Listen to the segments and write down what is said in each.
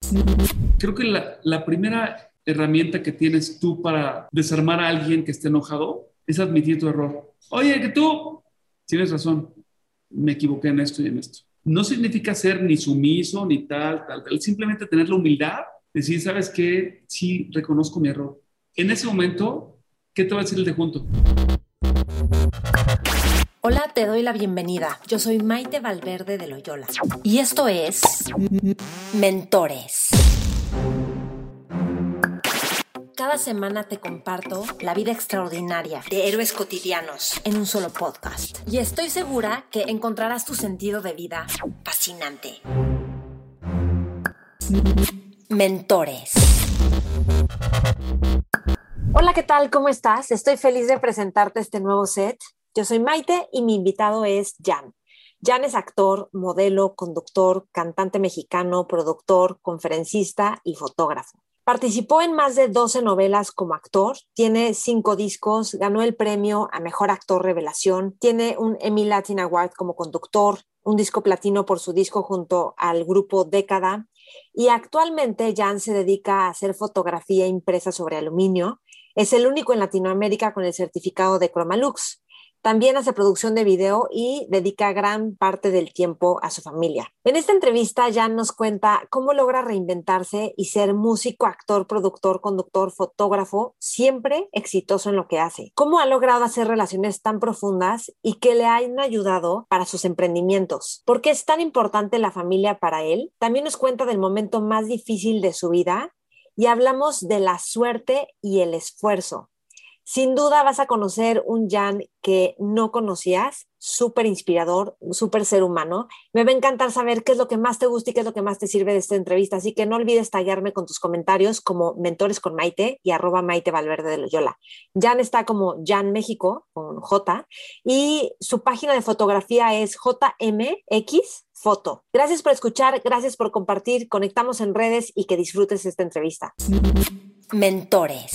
Creo que la primera herramienta que tienes tú para desarmar a alguien que esté enojado es admitir tu error. Oye, que tú tienes razón, me equivoqué en esto y en esto. No significa ser ni sumiso ni tal. Simplemente tener la humildad, decir, ¿sabes qué? Sí, reconozco mi error. En ese momento, ¿qué te va a decir el de junto? Hola, te doy la bienvenida. Yo soy Maite Valverde de Loyola y esto es Mentores. Cada semana te comparto la vida extraordinaria de héroes cotidianos en un solo podcast. Y estoy segura que encontrarás tu sentido de vida fascinante. Mentores. Hola, ¿qué tal? ¿Cómo estás? Estoy feliz de presentarte este nuevo set. Yo soy Maite y mi invitado es Jan. Jan es actor, modelo, conductor, cantante mexicano, productor, conferencista y fotógrafo. Participó en más de 12 novelas como actor, tiene 5 discos, ganó el premio a Mejor Actor Revelación, tiene un Emmy Latin Award como conductor, un disco platino por su disco junto al grupo Década, y actualmente Jan se dedica a hacer fotografía impresa sobre aluminio. Es el único en Latinoamérica con el certificado de Cromalux. También hace producción de video y dedica gran parte del tiempo a su familia. En esta entrevista, Jan nos cuenta cómo logra reinventarse y ser músico, actor, productor, conductor, fotógrafo, siempre exitoso en lo que hace. Cómo ha logrado hacer relaciones tan profundas y que le han ayudado para sus emprendimientos. ¿Por qué es tan importante la familia para él? También nos cuenta del momento más difícil de su vida y hablamos de la suerte y el esfuerzo. Sin duda vas a conocer un Jan que no conocías, súper inspirador, súper ser humano. Me va a encantar saber qué es lo que más te gusta y qué es lo que más te sirve de esta entrevista, así que no olvides tallarme con tus comentarios como Mentores con Maite y @Maite Valverde de Loyola. Jan está como Jan México, con J, y su página de fotografía es JMX Foto. Gracias por escuchar, gracias por compartir, conectamos en redes y que disfrutes esta entrevista. Mentores.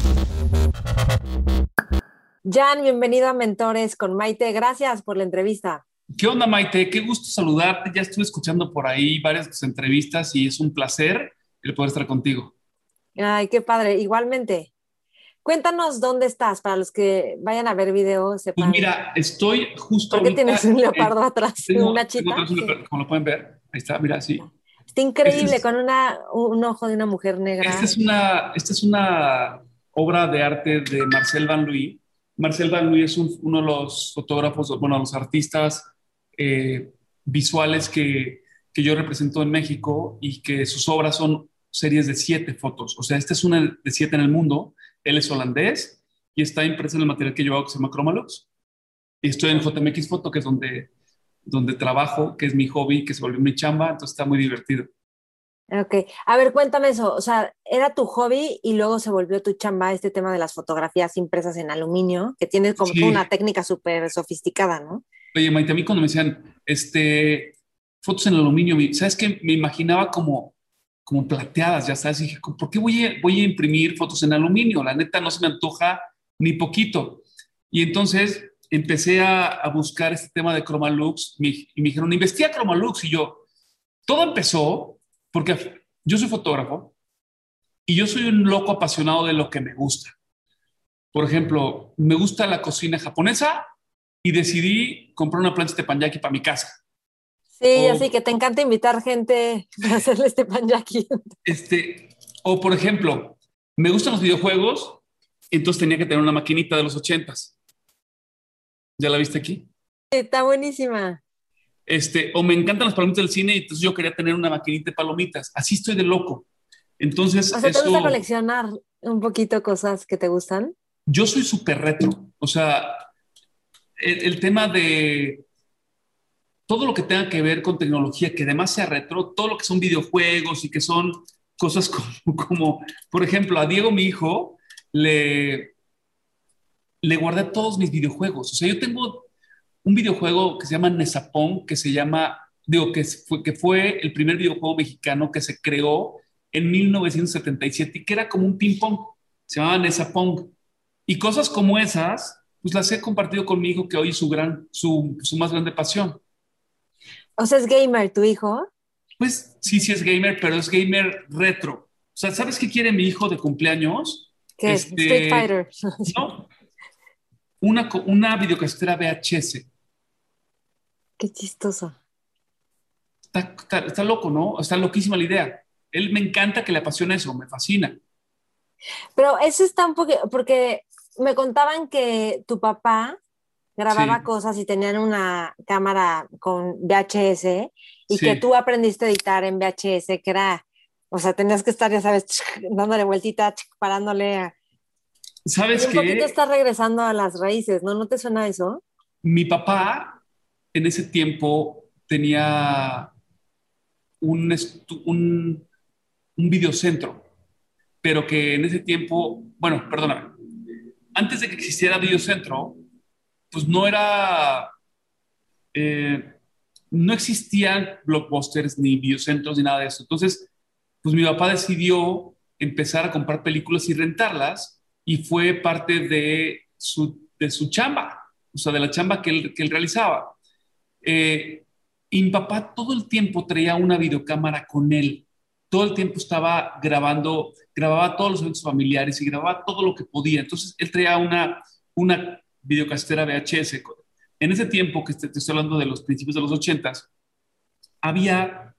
Jan, bienvenido a Mentores con Maite. Gracias por la entrevista. ¿Qué onda, Maite? Qué gusto saludarte. Ya estuve escuchando por ahí varias de tus entrevistas y es un placer el poder estar contigo. Ay, qué padre. Igualmente. Cuéntanos dónde estás para los que vayan a ver video, Pues sepan. mira, estoy justo ¿Por qué tienes ahorita. un leopardo atrás? ¿Una Tengo chita? atrás un Sí. como lo pueden ver. Ahí está, mira, sí. Está Este increíble es- con un ojo de una mujer Esta negra. esta es una obra de arte de Marcel Van Louis. Marcel Van Louis es uno de los fotógrafos, bueno, los artistas eh, visuales que yo represento en México y que sus obras son series de 7 fotos. O sea, esta es una de 7 en el mundo. Él es holandés y está impresa en el material que yo hago que se llama Chromalox. Y estoy en JMX Foto, que es donde trabajo, que es mi hobby, que se volvió mi chamba, entonces está muy divertido. Ok. A ver, cuéntame eso. O sea, era tu hobby y luego se volvió tu chamba este tema de las fotografías impresas en aluminio, que tiene como toda Sí. una técnica súper sofisticada, ¿no? Oye, Maite, a mí cuando me decían, fotos en aluminio, ¿sabes qué? Me imaginaba como plateadas, ya sabes, y dije, ¿por qué voy a imprimir fotos en aluminio? La neta no se me antoja ni poquito. Y entonces empecé a buscar este tema de Chromalox y me dijeron, investiga Chromalox. Y yo, todo empezó porque yo soy fotógrafo y yo soy un loco apasionado de lo que me gusta. Por ejemplo, me gusta la cocina japonesa y decidí comprar una plancha de teppanyaki para mi casa. Sí, así O, que te encanta invitar gente para hacerle este panjaki. este, o por ejemplo, me gustan los videojuegos, entonces tenía que tener una maquinita de los ochentas. ¿Ya la viste aquí? Está buenísima. O me encantan las palomitas del cine y entonces yo quería tener una maquinita de palomitas. Así estoy de loco. O Entonces, sea, ¿te gusta eso, coleccionar un poquito cosas que te gustan? yo soy súper retro. O sea, el tema de todo lo que tenga que ver con tecnología, que además sea retro, todo lo que son videojuegos y que son cosas por ejemplo, a Diego, mi hijo, le, le guardé todos mis videojuegos. O sea, yo tengo un videojuego que se llama Nesapón, que fue el primer videojuego mexicano que se creó en 1977 y que era como un ping-pong. Se llamaba Nesapón. Y cosas como esas, pues las he compartido con mi hijo, que hoy es su más grande pasión. O sea, es gamer tu hijo. Pues sí, sí es gamer, pero es gamer retro. O sea, ¿sabes qué quiere mi hijo de cumpleaños? ¿Qué es? Street Fighter. No, una videocasetera VHS. Qué chistoso. Está loco, ¿no? Está loquísima la idea. Él me encanta que le apasiona eso, me fascina. Pero eso está un poco, porque me contaban que tu papá grababa Sí, cosas y tenían una cámara con VHS y que sí. tú aprendiste a editar en VHS, que era, o sea, tenías que estar, ya sabes, dándole vueltita, parándole. Y ¿Sabes un poquito qué? estás regresando a las raíces, ¿no? ¿No te suena eso? Mi papá en ese tiempo tenía un videocentro, pero que en ese tiempo, bueno, perdóname, antes de que existiera videocentro, pues eh, no existían blockbusters ni videocentros ni nada de eso. Entonces, pues mi papá decidió empezar a comprar películas y rentarlas y fue parte de su chamba, o sea, de la chamba que él realizaba. Y mi papá todo el tiempo traía una videocámara con él. Todo el tiempo estaba grabando, grababa todos los eventos familiares y grababa todo lo que podía. Entonces, él traía una videocasetera VHS. En ese tiempo, que te estoy hablando de los principios de los ochentas, había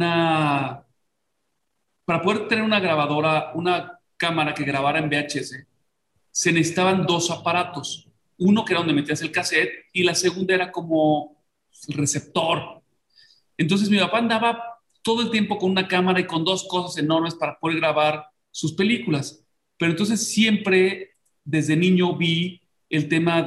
para poder tener una grabadora, una cámara que grabara en VHS, se necesitaban dos aparatos. Uno que era donde metías el cassette y la segunda era como el receptor. Entonces mi papá andaba todo el tiempo con una cámara y con dos cosas enormes para poder grabar sus películas. Pero entonces siempre desde niño vi el tema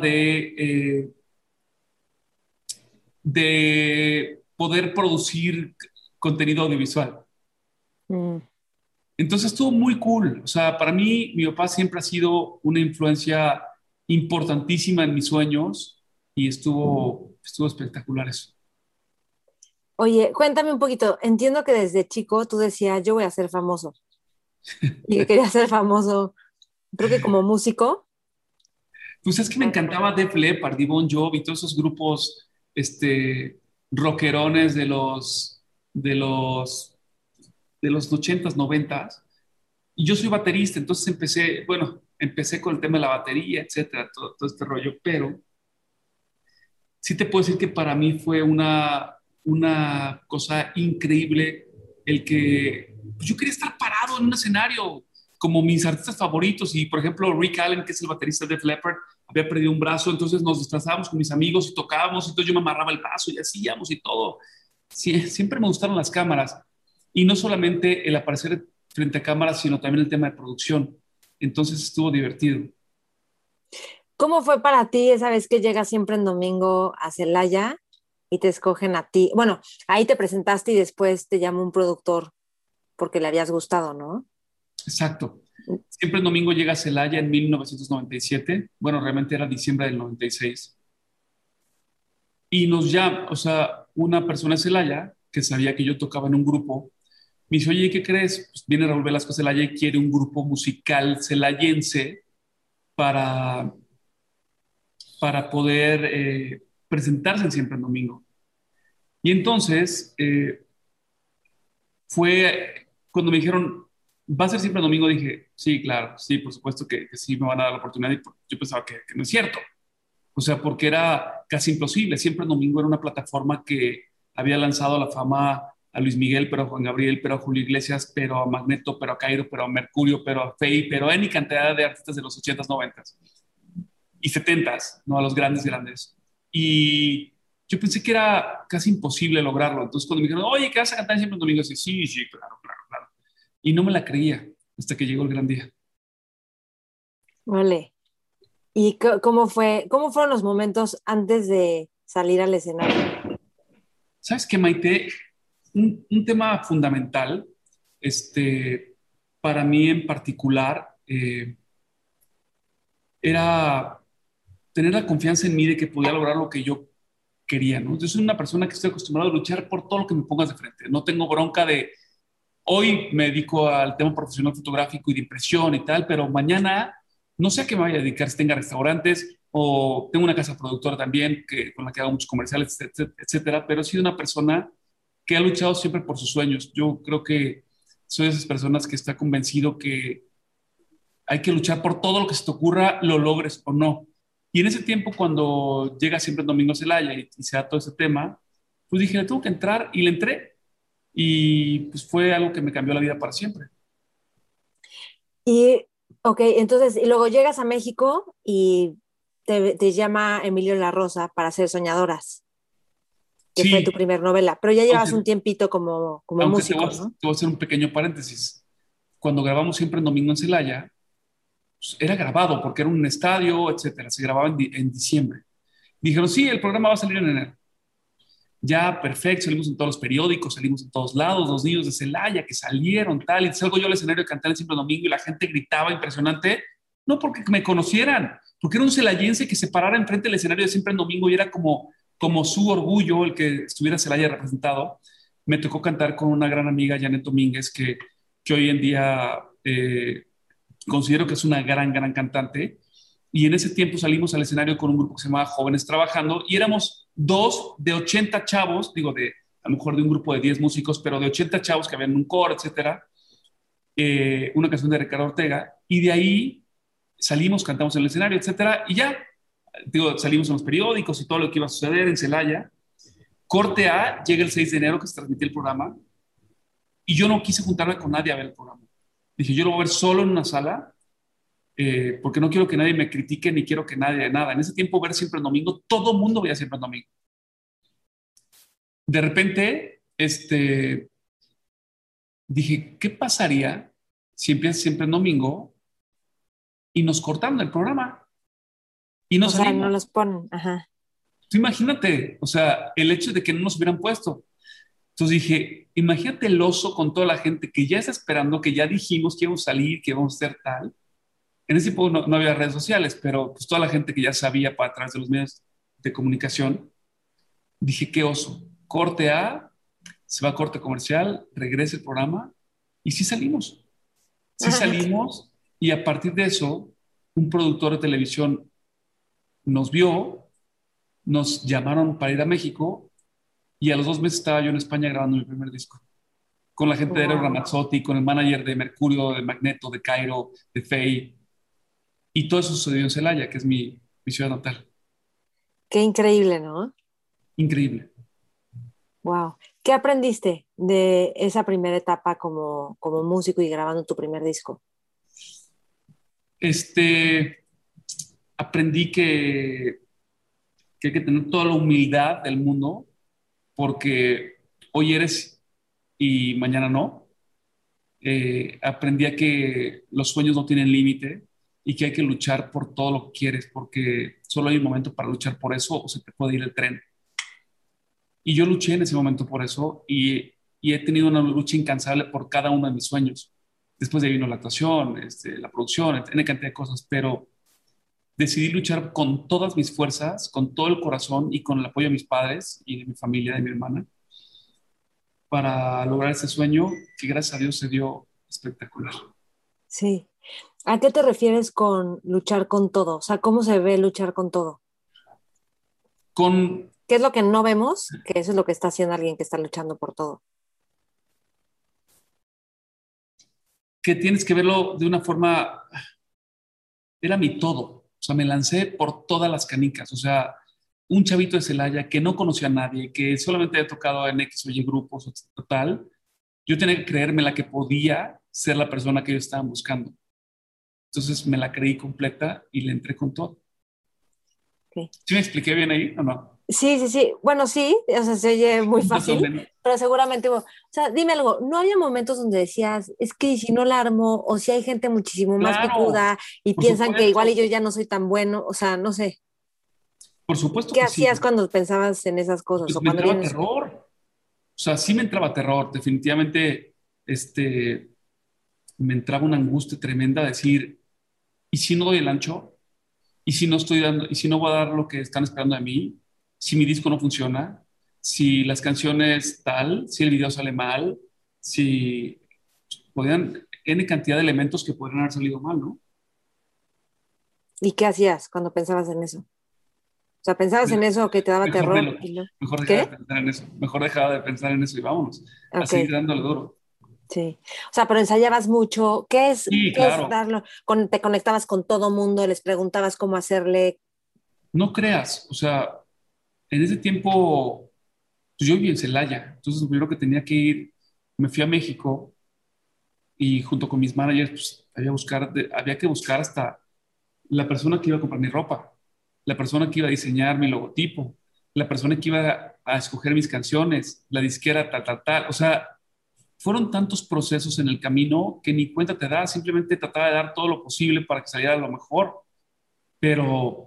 de poder producir contenido audiovisual. Mm. Entonces estuvo muy cool. O sea, para mí mi papá siempre ha sido una influencia importantísima en mis sueños y estuvo espectacular eso. Oye, cuéntame un poquito. Entiendo que desde chico tú decías, yo voy a ser famoso y que querías ser famoso, creo que como músico. Pues es que me encantaba Def Leppard y Bon Jovi y todos esos grupos rockerones de los, de los ochentas, noventas. Y yo soy baterista, entonces empecé con el tema de la batería, etcétera, todo este rollo, pero sí te puedo decir que para mí fue una cosa increíble el que pues yo quería estar parado en un escenario como mis artistas favoritos y por ejemplo Rick Allen, que es el baterista de Def Leppard, había perdido un brazo, entonces nos desplazábamos con mis amigos y tocábamos, entonces yo me amarraba el brazo y hacíamos y todo. Sí, siempre me gustaron las cámaras y no solamente el aparecer frente a cámaras, sino también el tema de producción. Entonces estuvo divertido. ¿Cómo fue para ti esa vez que llegas siempre en domingo a Celaya y te escogen a ti? Bueno, ahí te presentaste y después te llamó un productor porque le habías gustado, ¿no? Exacto. Siempre el domingo llega a Celaya en 1997. Bueno, realmente era diciembre del 96. Y nos llama, o sea, una persona de Celaya que sabía que yo tocaba en un grupo, me dice, oye, ¿qué crees? Pues viene Raúl Velasco a Celaya y quiere un grupo musical celayense para, para poder presentarse en Siempre en Domingo. Y entonces fue cuando me dijeron, ¿va a ser Siempre en Domingo? Dije, sí, claro, sí, por supuesto que sí me van a dar la oportunidad. Y yo pensaba que no es cierto. O sea, porque era casi imposible. Siempre en Domingo era una plataforma que había lanzado a la fama a Luis Miguel, pero a Juan Gabriel, pero a Julio Iglesias, pero a Magneto, pero a Cairo, pero a Mercurio, pero a Fey, pero a N cantidad de artistas de los ochentas, noventas y setentas, ¿no? A los grandes, grandes. Y yo pensé que era casi imposible lograrlo. Entonces, cuando me dijeron, oye, ¿qué vas a cantar siempre en Domingo? Dije, sí, sí, claro, claro, claro. Y no me la creía hasta que llegó el gran día. Vale. ¿Y cómo fueron los momentos antes de salir al escenario? ¿Sabes qué, Maite? Un tema fundamental, para mí en particular, era tener la confianza en mí de que podía lograr lo que yo quería, ¿no? Yo soy una persona que estoy acostumbrado a luchar por todo lo que me pongas de frente. No tengo bronca de, hoy me dedico al tema profesional fotográfico y de impresión y tal, pero mañana no sé a qué me vaya a dedicar, si tenga restaurantes o tengo una casa productora también con la que hago muchos comerciales, etcétera, pero he sido una persona que ha luchado siempre por sus sueños. Yo creo que soy de esas personas que está convencido que hay que luchar por todo lo que se te ocurra, lo logres o no. Y en ese tiempo, cuando llega siempre el domingo Celaya y se da todo ese tema, pues dije, le tengo que entrar y le entré. Y pues fue algo que me cambió la vida para siempre. Y, ok, entonces, y luego llegas a México y te llama Emilio La Rosa para hacer Soñadoras, que fue tu Sí, primer novela, pero ya llevas un aunque, tiempito como aunque músico, ¿no? te voy a hacer un pequeño paréntesis. Cuando grabamos siempre en domingo en Celaya, pues, era grabado porque era un estadio, etcétera. Se grababa en diciembre. Dijeron, sí, el programa va a salir en enero. Ya, perfecto, salimos en todos los periódicos, salimos en todos lados, los niños de Celaya que salieron, tal, y salgo yo al escenario de cantar en Siempre Domingo y la gente gritaba impresionante, no porque me conocieran, porque era un celayense que se parara enfrente del escenario de Siempre en Domingo y era como su orgullo el que estuviera Celaya representado. Me tocó cantar con una gran amiga, Janet Domínguez, que hoy en día considero que es una gran cantante. Y en ese tiempo salimos al escenario con un grupo que se llamaba Jóvenes Trabajando y éramos dos de 80 chavos, digo, a lo mejor de un grupo de 10 músicos, pero de 80 chavos que habían un coro, etcétera, una canción de Ricardo Ortega, y de ahí salimos, cantamos en el escenario, etcétera, y ya, digo, salimos en los periódicos y todo lo que iba a suceder en Celaya. Corte A, llega el 6 de enero que se transmitió el programa, y yo no quise juntarme con nadie a ver el programa. Dije, yo lo voy a ver solo en una sala, porque no quiero que nadie me critique ni quiero que nadie nada. En ese tiempo ver siempre el domingo, todo el mundo veía siempre el domingo. De repente, dije, ¿qué pasaría si empieza siempre el domingo y nos cortaron el programa y no O sea, no salimos? los ponen, ajá. Tú imagínate, o sea, el hecho de que no nos hubieran puesto. Entonces dije, imagínate el oso con toda la gente que ya está esperando, que ya dijimos que íbamos a salir, que íbamos a hacer tal. En ese tiempo no había redes sociales, pero pues toda la gente que ya sabía para atrás de los medios de comunicación, dije, qué oso. Corte A, se va a corte comercial, regresa el programa y sí salimos. Sí salimos y a partir de eso, un productor de televisión nos vio, nos llamaron para ir a México y a los 2 meses estaba yo en España grabando mi primer disco. Con la gente de Eros Wow, Ramazzotti, con el manager de Mercurio, de Magneto, de Cairo, de Fey. Y todo eso sucedió en Celaya, que es mi ciudad natal. qué increíble, ¿no? Increíble. Wow. ¿Qué aprendiste de esa primera etapa como músico y grabando tu primer disco? Este, aprendí que hay que tener toda la humildad del mundo porque hoy eres y mañana no. Aprendí a que los sueños no tienen límite y que hay que luchar por todo lo que quieres porque solo hay un momento para luchar por eso o se te puede ir el tren. Y yo luché en ese momento por eso y he tenido una lucha incansable por cada uno de mis sueños. Después de ahí vino la actuación, la producción, N cantidad de cosas, pero decidí luchar con todas mis fuerzas, con todo el corazón y con el apoyo de mis padres y de mi familia, de mi hermana, para lograr ese sueño que gracias a Dios se dio espectacular. Sí. ¿A qué te refieres con luchar con todo? O sea, ¿cómo se ve luchar con todo? Con ¿Qué es lo que no vemos? Que eso es lo que está haciendo alguien que está luchando por todo. que tienes que verlo de una forma, era mi todo, o sea, me lancé por todas las canicas, o sea, un chavito de Celaya que no conocía a nadie, que solamente había tocado en X o Y grupos o tal, yo tenía que creerme la que podía ser la persona que ellos estaban buscando. Entonces me la creí completa y le entré con todo. Ok. ¿Sí me expliqué bien ahí o no? Sí, sí, sí. Bueno, sí, o sea, se oye muy Más o fácil, menos. pero seguramente hubo. O sea, dime algo, ¿no había momentos donde decías, es que si no la armo, o si hay gente muchísimo más Claro, picuda y por piensan que igual y supuesto, yo ya no soy tan bueno? O sea, no sé. por supuesto ¿Qué que sí. hacías cuando pensabas en esas cosas Pues o me cuando entraba vienes? terror, o sea, sí me entraba terror, definitivamente, me entraba una angustia tremenda de decir, ¿y si no doy el ancho? ¿Y si no estoy dando, y si no voy a dar lo que están esperando de mí? ¿Si mi disco no funciona? ¿Si las canciones tal? ¿Si el video sale mal? ¿Si podían, N cantidad de elementos que podrían haber salido mal, ¿no? ¿Y qué hacías cuando pensabas en eso? O sea, ¿pensabas Me- en eso que te daba Mejor, terror? ¿Y no? mejor dejaba ¿Qué? de pensar en eso. Mejor dejaba de pensar en eso y vámonos. A Ok, seguir dándole duro. sí. O sea, pero ensayabas mucho. Sí, Qué es claro. darlo? Te conectabas con todo mundo, les preguntabas cómo hacerle. No creas. O sea, en ese tiempo, pues yo vivía en Celaya. Entonces, lo primero que tenía que ir, me fui a México y junto con mis managers, pues había que buscar hasta la persona que iba a comprar mi ropa, la persona que iba a diseñar mi logotipo, la persona que iba a escoger mis canciones, la disquera, tal, tal, tal. O sea, fueron tantos procesos en el camino que ni cuenta te das, simplemente trataba de dar todo lo posible para que saliera lo mejor, pero,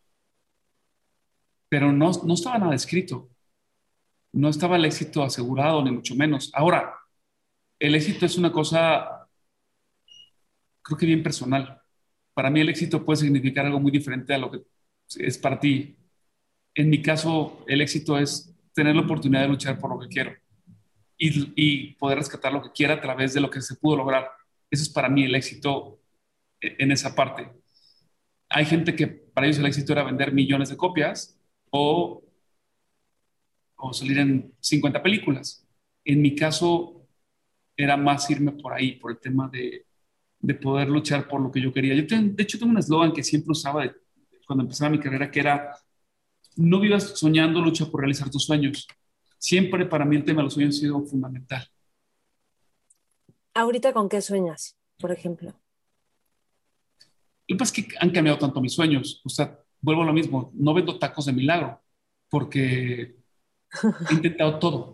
pero no estaba nada escrito, no estaba el éxito asegurado, ni mucho menos. Ahora, el éxito es una cosa, creo que bien personal. Para mí el éxito puede significar algo muy diferente a lo que es para ti. En mi caso, el éxito es tener la oportunidad de luchar por lo que quiero y poder rescatar lo que quiera a través de lo que se pudo lograr. Eso es para mí el éxito en esa parte. Hay gente que para ellos el éxito era vender millones de copias o, o salir en 50 películas. En mi caso, era más irme por ahí, por el tema de poder luchar por lo que yo quería. De hecho, tengo un eslogan que siempre usaba cuando empezaba mi carrera, que era, no vivas soñando, lucha por realizar tus sueños. Siempre para mí el tema de los sueños ha sido fundamental. ¿Ahorita con qué sueñas, por ejemplo? Lo que pasa es que han cambiado tanto mis sueños. O sea, vuelvo a lo mismo, no vendo tacos de milagro, porque he intentado todo.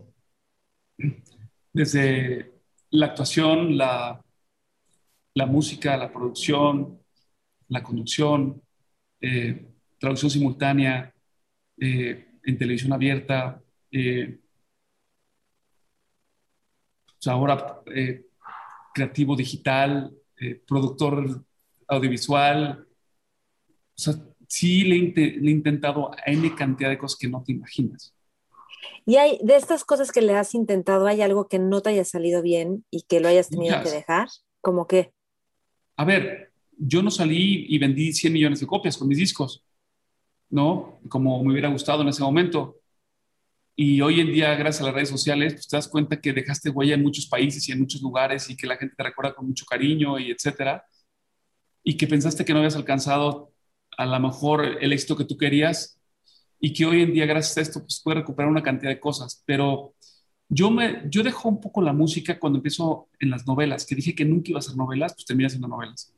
Desde la actuación, la música, la producción, la conducción, traducción simultánea, en televisión abierta, o sea, ahora creativo digital, productor audiovisual. O sea, sí le he intentado a N cantidad de cosas que no te imaginas. Y hay, de estas cosas que le has intentado, ¿hay algo que no te haya salido bien y que lo hayas tenido que Muchas. dejar? ¿Cómo qué? A ver, yo no salí y vendí 100 millones de copias con mis discos, ¿no? Como me hubiera gustado en ese momento. Y hoy en día, gracias a las redes sociales, pues te das cuenta que dejaste huella en muchos países y en muchos lugares y que la gente te recuerda con mucho cariño y etcétera. Y que pensaste que no habías alcanzado a lo mejor el éxito que tú querías y que hoy en día, gracias a esto, pues puedes recuperar una cantidad de cosas. Pero yo dejo un poco la música cuando empiezo en las novelas, que dije que nunca iba a hacer novelas, pues terminé haciendo novelas.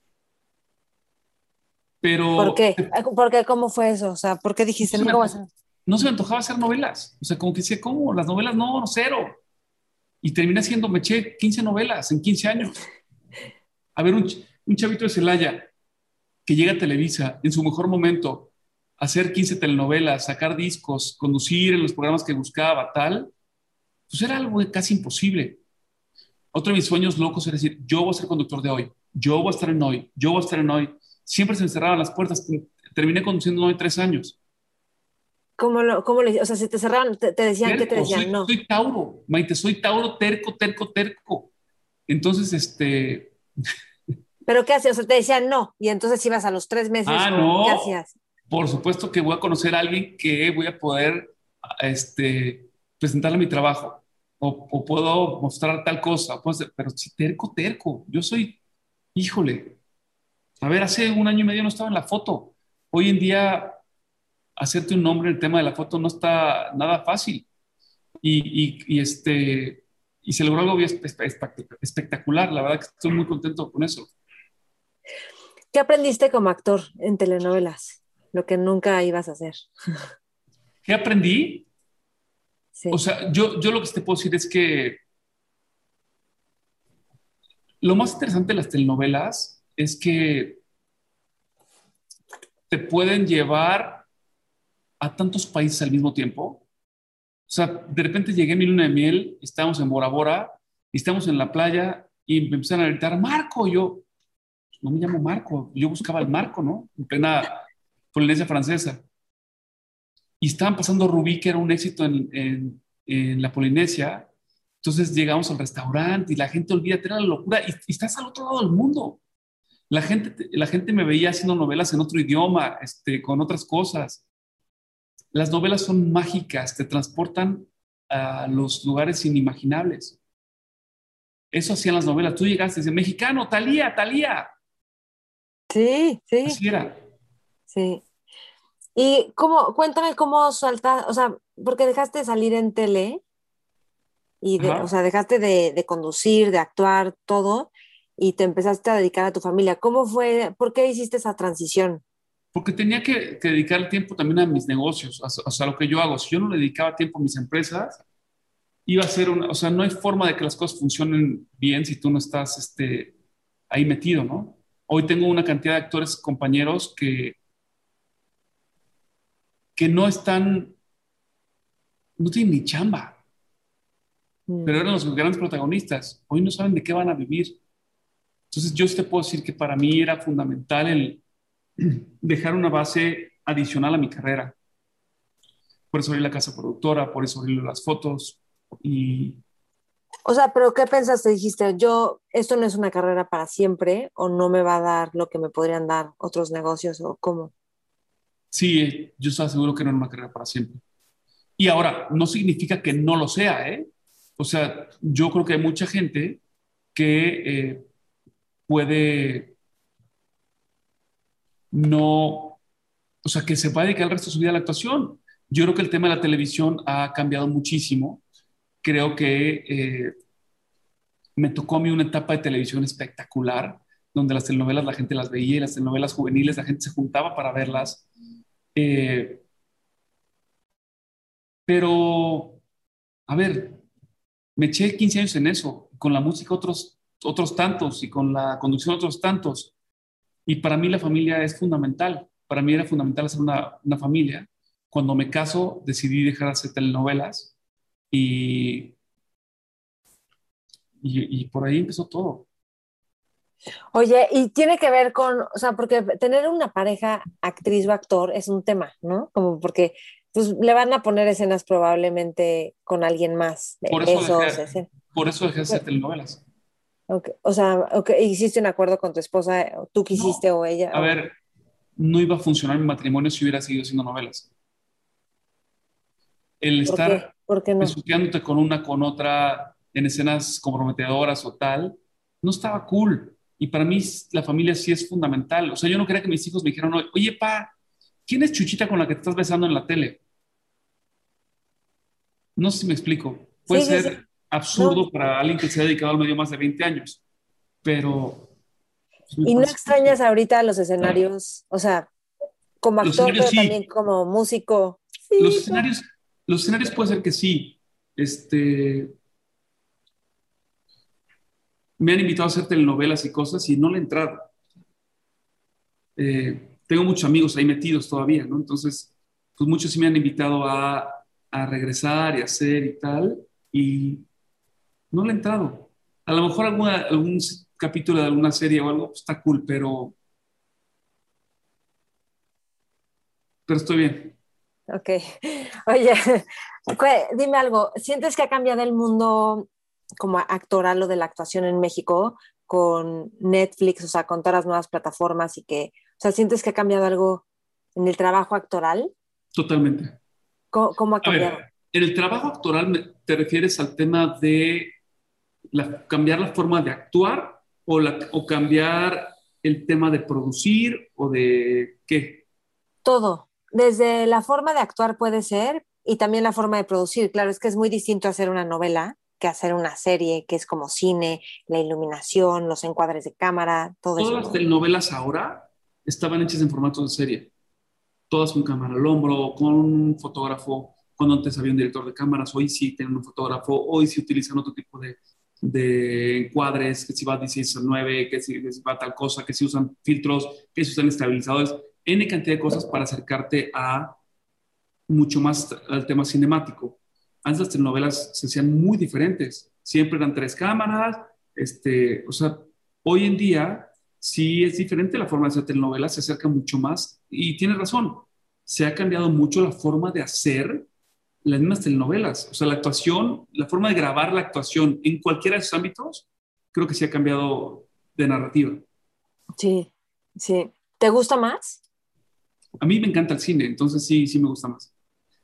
¿Por Pero qué? ¿Por qué? ¿Cómo fue eso? O sea, ¿por qué no dijiste se me nunca vas a... no se me antojaba hacer novelas. O sea, como que decía, ¿cómo? Las novelas no, cero. Y terminé haciendo, me eché 15 novelas en 15 años. A ver, un chavito de Celaya que llega a Televisa en su mejor momento, hacer 15 telenovelas, sacar discos, conducir en los programas que buscaba, tal, pues era algo casi imposible. Otro de mis sueños locos era decir, yo voy a ser conductor de hoy, yo voy a estar en hoy, yo voy a estar en hoy. Siempre se me cerraban las puertas. Terminé conduciendo hoy 3 años. ¿Cómo o sea, si te cerraron, te decían, ¿qué te Terco, decían? No. soy Tauro, Maite, soy Tauro, terco, terco, terco. Entonces, ¿Pero qué hacías? O sea, te decían no. Y entonces ibas a los 3 meses o ¿qué no, hacías? por supuesto que voy a conocer a alguien que voy a poder, presentarle mi trabajo o puedo mostrar tal cosa, pero si terco, terco, yo soy, híjole, a ver, hace un año y medio no estaba en la foto. Hoy en día, hacerte un nombre en el tema de la foto no está nada fácil. Y se logró algo bien espectacular. La verdad que estoy muy contento con eso. ¿Qué aprendiste como actor en telenovelas? Lo que nunca ibas a hacer. ¿Qué aprendí? O Sí. sea, yo lo que te puedo decir es que lo más interesante de las telenovelas es que te pueden llevar a tantos países al mismo tiempo. O sea, de repente llegué a mi luna de miel, estábamos en Bora Bora, y estábamos en la playa y me empezaron a gritar, Marco, yo no me llamo Marco, yo buscaba el Marco, ¿no? En plena Polinesia Francesa. Y estaban pasando Rubí, que era un éxito en la Polinesia. Entonces llegamos al restaurante y la gente, olvídate, era la locura. Y estás al otro lado del mundo. La gente me veía haciendo novelas en otro idioma, con otras cosas. Las novelas son mágicas, te transportan a los lugares inimaginables. Eso hacían las novelas. Tú llegaste y dices, mexicano, Talía, Talía. Sí, sí, Así era. sí. Y cuéntame cómo saltas, o sea, porque dejaste de salir en tele o Ajá. sea, dejaste de conducir, de actuar, todo, y te empezaste a dedicar a tu familia. ¿Cómo fue? ¿Por qué hiciste esa transición? Porque tenía que dedicar el tiempo también a mis negocios, o sea, lo que yo hago. Si yo no le dedicaba tiempo a mis empresas, iba a ser una, o sea, no hay forma de que las cosas funcionen bien si tú no estás ahí metido, ¿no? Hoy tengo una cantidad de actores, compañeros que no están, no tienen ni chamba, Mm. pero eran los grandes protagonistas. Hoy no saben de qué van a vivir. Entonces, yo sí te puedo decir que para mí era fundamental el dejar una base adicional a mi carrera. Por eso abrí la casa productora, por eso abrí las fotos y O sea, pero ¿qué pensaste? Dijiste, esto no es una carrera para siempre o no me va a dar lo que me podrían dar otros negocios o cómo. sí, yo estaba seguro que no era una carrera para siempre. Y ahora, no significa que no lo sea, ¿eh? O sea, yo creo que hay mucha gente que puede no, o sea, que se va a dedicar el resto de su vida a la actuación. Yo creo que el tema de la televisión ha cambiado muchísimo. Creo que me tocó a mí una etapa de televisión espectacular, donde las telenovelas la gente las veía y las telenovelas juveniles la gente se juntaba para verlas. Eh, pero, a ver, me eché 15 años en eso, con la música otros tantos y con la conducción otros tantos. Y para mí la familia es fundamental. Para mí era fundamental hacer una familia. Cuando me caso, decidí dejar de hacer telenovelas y, y por ahí empezó todo. Oye, y tiene que ver con, o sea, porque tener una pareja actriz o actor es un tema, ¿no? Como porque pues le van a poner escenas probablemente con alguien más, de Por eso besos, dejé, escenas. por eso dejé de hacer telenovelas. Okay. O sea, okay, hiciste un acuerdo con tu esposa, o tú No, quisiste o ella, a o ver, no iba a funcionar mi matrimonio si hubiera seguido haciendo novelas. El ¿por qué? estar ¿Por qué no? besuqueándote con una, con otra, en escenas comprometedoras o tal, no estaba cool. Y para mí la familia sí es fundamental. O sea, yo no quería que mis hijos me dijeran, oye, pa, ¿quién es Chuchita con la que te estás besando en la tele? No sé si me explico. Puede Sí, sí, sí. ser No. absurdo para alguien que se ha dedicado al medio más de 20 años, pero pues, me ¿Y no parece extrañas ahorita los escenarios? O sea, como los actor, escenarios pero también sí, como músico. los Sí, como... escenarios, los escenarios puede ser que sí. Me han invitado a hacer telenovelas y cosas y no le he entrado. Tengo muchos amigos ahí metidos todavía, ¿no? Entonces, pues muchos sí me han invitado a regresar y hacer y tal, y no le he entrado. A lo mejor algún capítulo de alguna serie o algo pues, está cool, pero estoy bien. Ok. Oye, dime algo. ¿Sientes que ha cambiado el mundo como actoral o de la actuación en México con Netflix, o sea, con todas las nuevas plataformas y que, o sea, ¿sientes que ha cambiado algo en el trabajo actoral? Totalmente. ¿Cómo ha A cambiado? ver, en el trabajo actoral te refieres al tema de cambiar la forma de actuar o cambiar el tema de producir o de qué. Todo, desde la forma de actuar puede ser y también la forma de producir. Claro, es que es muy distinto hacer una novela que hacer una serie, que es como cine, la iluminación, los encuadres de cámara, todo Todas eso, las ¿no? telenovelas ahora estaban hechas en formato de serie, todas con cámara al hombro, con un fotógrafo, cuando antes había un director de cámaras, hoy sí tienen un fotógrafo, hoy sí utilizan otro tipo de encuadres, que si va a 16 a 9, que si va a tal cosa, que si usan filtros, que si usan estabilizadores, N cantidad de cosas para acercarte a mucho más al tema cinemático. Antes las telenovelas se hacían muy diferentes, siempre eran tres cámaras, o sea, hoy en día sí es diferente la forma de hacer telenovelas, se acerca mucho más y tienes razón, se ha cambiado mucho la forma de hacer las mismas telenovelas, o sea, la actuación, la forma de grabar la actuación en cualquiera de sus ámbitos, creo que sí ha cambiado de narrativa. Sí, sí. ¿Te gusta más? A mí me encanta el cine, entonces sí, sí me gusta más.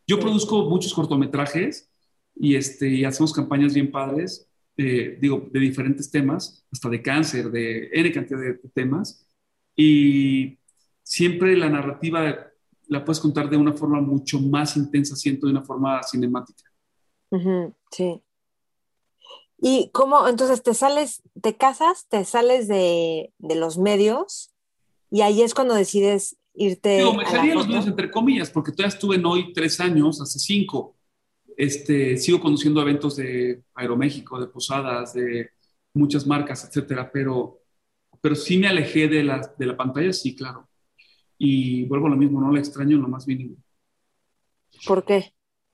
Yo Sí. produzco muchos cortometrajes y hacemos campañas bien padres, digo, de diferentes temas, hasta de cáncer, de N cantidad de temas. Y siempre la narrativa la puedes contar de una forma mucho más intensa, siento, de una forma cinemática. Ujú, sí. ¿Y cómo, entonces te sales, te casas, te sales de los medios y ahí es cuando decides Digo, irte me a la salí de los medios foto? entre comillas, porque todavía estuve en hoy 3 años, hace 5. Sigo conduciendo eventos de Aeroméxico, de Posadas, de muchas marcas, etcétera, pero sí me alejé de la pantalla, sí, claro. Y vuelvo a lo mismo, no la extraño en lo más mínimo. ¿Por qué?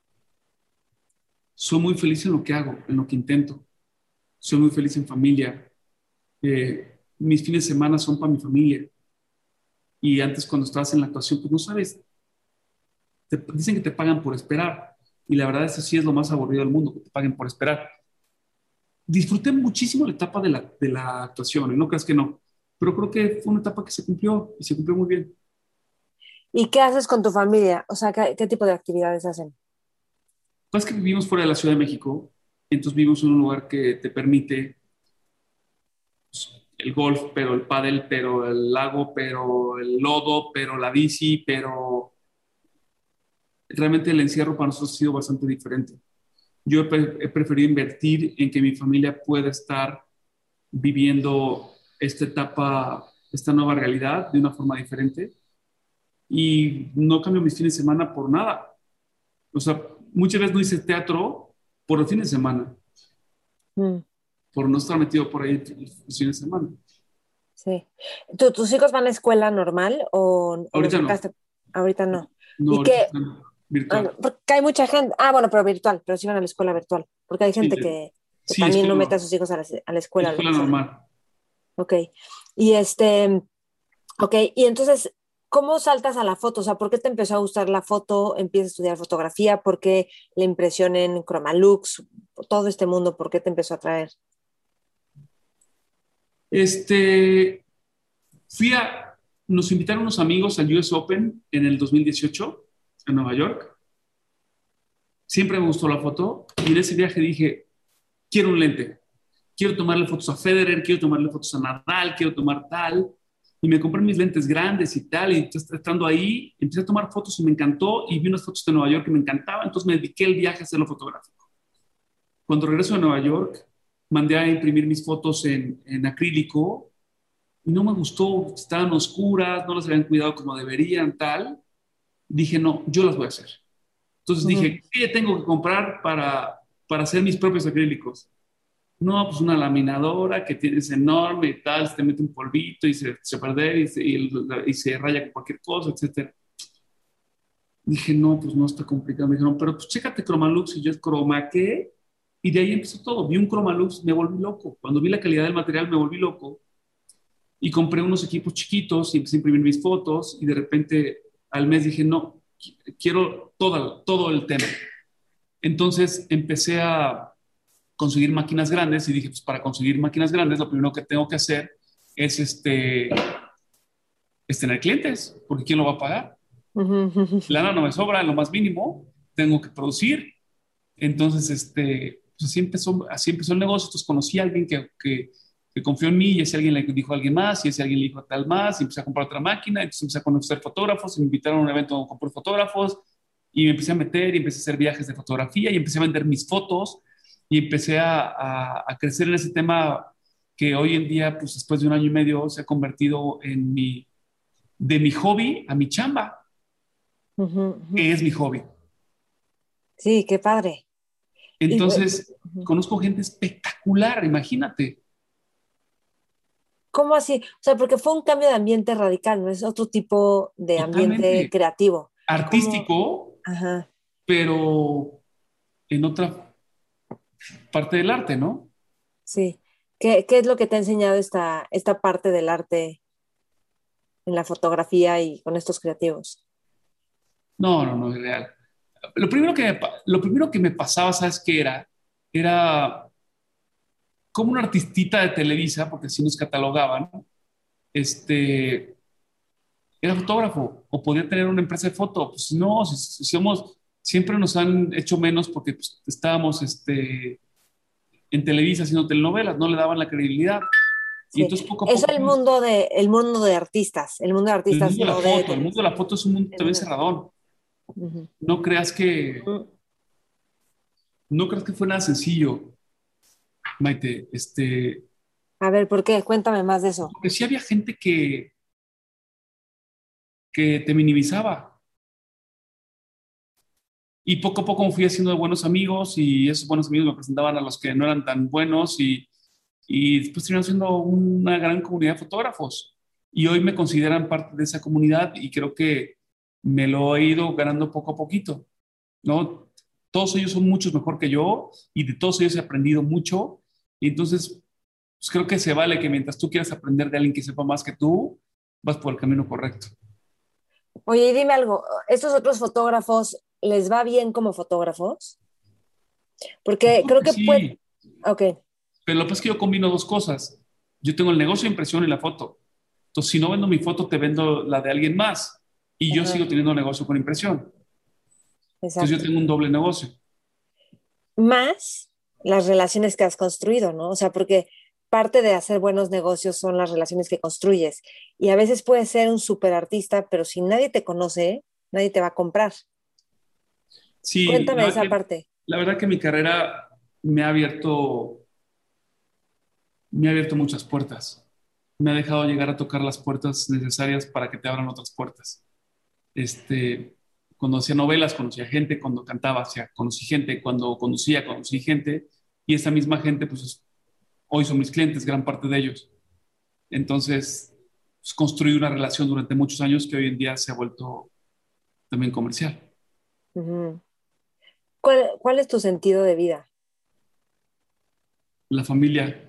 Soy muy feliz en lo que hago, en lo que intento. Soy muy feliz en familia. Mis fines de semana son para mi familia. Y antes, cuando estabas en la actuación, pues no sabes, dicen que te pagan por esperar. Y la verdad, eso sí es lo más aburrido del mundo, que te paguen por esperar. Disfruté muchísimo la etapa de la actuación, y no creas que no, pero creo que fue una etapa que se cumplió y se cumplió muy bien. ¿Y qué haces con tu familia? O sea, ¿qué tipo de actividades hacen? Pasa que vivimos fuera de la Ciudad de México, entonces vivimos en un lugar que te permite pues, el golf, pero el pádel, pero el lago, pero el lodo, pero la bici, pero realmente el encierro para nosotros ha sido bastante diferente. Yo he preferido invertir en que mi familia pueda estar viviendo esta etapa, esta nueva realidad de una forma diferente y no cambio mis fines de semana por nada. O sea, muchas veces no hice teatro por los fines de semana, Mm, por no estar metido por ahí los fines de semana. sí. ¿Tus hijos van a escuela normal o los Ahorita no, sacaste? Ahorita no. no, ¿Y ahorita qué? están Ah, virtual. porque hay mucha gente. Ah, bueno, pero virtual, pero sí van a la escuela virtual. Porque hay Sí, gente que sí, también no mete a sus hijos a la escuela, lo escuela que sea. normal. Ok. Y ok, y entonces, ¿cómo saltas a la foto? O sea, ¿por qué te empezó a gustar la foto? ¿Empiezas a estudiar fotografía? ¿Por qué la impresión en Cromalux? Todo este mundo, ¿por qué te empezó a atraer? Este, fui a, nos invitaron unos amigos al US Open en el 2018 en Nueva York. Siempre me gustó la foto y en ese viaje dije, quiero un lente. Quiero tomarle fotos a Federer, quiero tomarle fotos a Nadal, quiero tomar tal. Y me compré mis lentes grandes y tal. Y estando ahí, empecé a tomar fotos y me encantó. Y vi unas fotos de Nueva York que me encantaban. Entonces me dediqué el viaje a hacerlo fotográfico. Cuando regreso de Nueva York, mandé a imprimir mis fotos en acrílico y no me gustó. Estaban oscuras, no las habían cuidado como deberían, tal. Dije, no, yo las voy a hacer. Entonces Ujú, dije, ¿qué tengo que comprar para hacer mis propios acrílicos? No, pues una laminadora que tienes enorme y tal, se te mete un polvito y se pierde y se raya con cualquier cosa, etcétera. Dije, no, pues no está complicado. Me dijeron, pero pues chécate Cromalux y yo es croma, ¿qué? Y de ahí empezó todo. Vi un Cromalux, me volví loco. Cuando vi la calidad del material, me volví loco. Y compré unos equipos chiquitos y empecé a imprimir mis fotos. Y de repente al mes dije, no, quiero todo el tema. Entonces empecé a conseguir máquinas grandes y dije, pues para conseguir máquinas grandes lo primero que tengo que hacer es, es tener clientes, porque ¿quién lo va a pagar? ujú, ujú. Lana no me sobra en lo más mínimo, tengo que producir. Entonces, pues así empezó el negocio. Entonces conocí a alguien que confió en mí y ese alguien le dijo a alguien más y ese alguien le dijo a tal más y empecé a comprar otra máquina. Entonces empecé a conocer fotógrafos y me invitaron a un evento donde compré fotógrafos y me empecé a meter y empecé a hacer viajes de fotografía y empecé a vender mis fotos y empecé a crecer en ese tema que hoy en día, pues después de 1 año y medio, se ha convertido de mi hobby a mi chamba, Ujú, ujú. que es mi hobby. Sí, qué padre. Y, Entonces, ujú. conozco gente espectacular, imagínate, ¿Cómo así? O sea, porque fue un cambio de ambiente radical, ¿no? Es otro tipo de ambiente totalmente creativo. ¿Cómo? artístico, Ajá, pero en otra parte del arte, ¿no? sí. ¿Qué es lo que te ha enseñado esta parte del arte en la fotografía y con estos creativos? No, no, no es real. Lo primero que me pasaba, ¿sabes qué era? Era como un artistita de Televisa, porque así nos catalogaban, este, era fotógrafo o podía tener una empresa de foto. Pues no, si somos siempre nos han hecho menos porque pues, estábamos en Televisa haciendo telenovelas, no le daban la credibilidad. Y Sí, entonces poco a es poco, el mundo de artistas, el mundo de el artistas mundo de la no de foto, el mundo de televisión. la foto es un mundo El también mundo- cerradón. Ujú. No creas que, Mm. no creas que fue nada sencillo, Maite. A ver, ¿por qué? Cuéntame más de eso. Porque sí había gente que te minimizaba. Y poco a poco me fui haciendo de buenos amigos y esos buenos amigos me presentaban a los que no eran tan buenos y después terminaron siendo una gran comunidad de fotógrafos. Y hoy me consideran parte de esa comunidad y creo que me lo he ido ganando poco a poquito, ¿no? Todos ellos son muchos mejor que yo y de todos ellos he aprendido mucho. Y entonces, pues creo que se vale que mientras tú quieras aprender de alguien que sepa más que tú, vas por el camino correcto. Oye, y dime algo, ¿estos otros fotógrafos les va bien como fotógrafos? Yo Porque creo creo que que puede, sí, ok, pero lo que pasa es que yo combino dos cosas. Yo tengo el negocio de impresión y la foto. Entonces, si no vendo mi foto, te vendo la de alguien más. Y yo sigo ajá, teniendo negocio con impresión. Entonces, yo exacto. tengo un doble negocio. Más las relaciones que has construido, ¿no? O sea, porque parte de hacer buenos negocios son las relaciones que construyes. Y a veces puedes ser un súper artista, pero si nadie te conoce, nadie te va a comprar. Sí, Cuéntame esa parte. la verdad que mi carrera me ha abierto, me ha abierto muchas puertas. Me ha dejado llegar a tocar las puertas necesarias para que te abran otras puertas. Este, Cuando hacía novelas, conocía gente, cuando cantaba, conocí gente, cuando conducía, conocí gente, y esa misma gente, pues hoy son mis clientes, gran parte de ellos. Entonces, pues, construí una relación durante muchos años que hoy en día se ha vuelto también comercial. Ujú. ¿Cuál es tu sentido de vida? La familia,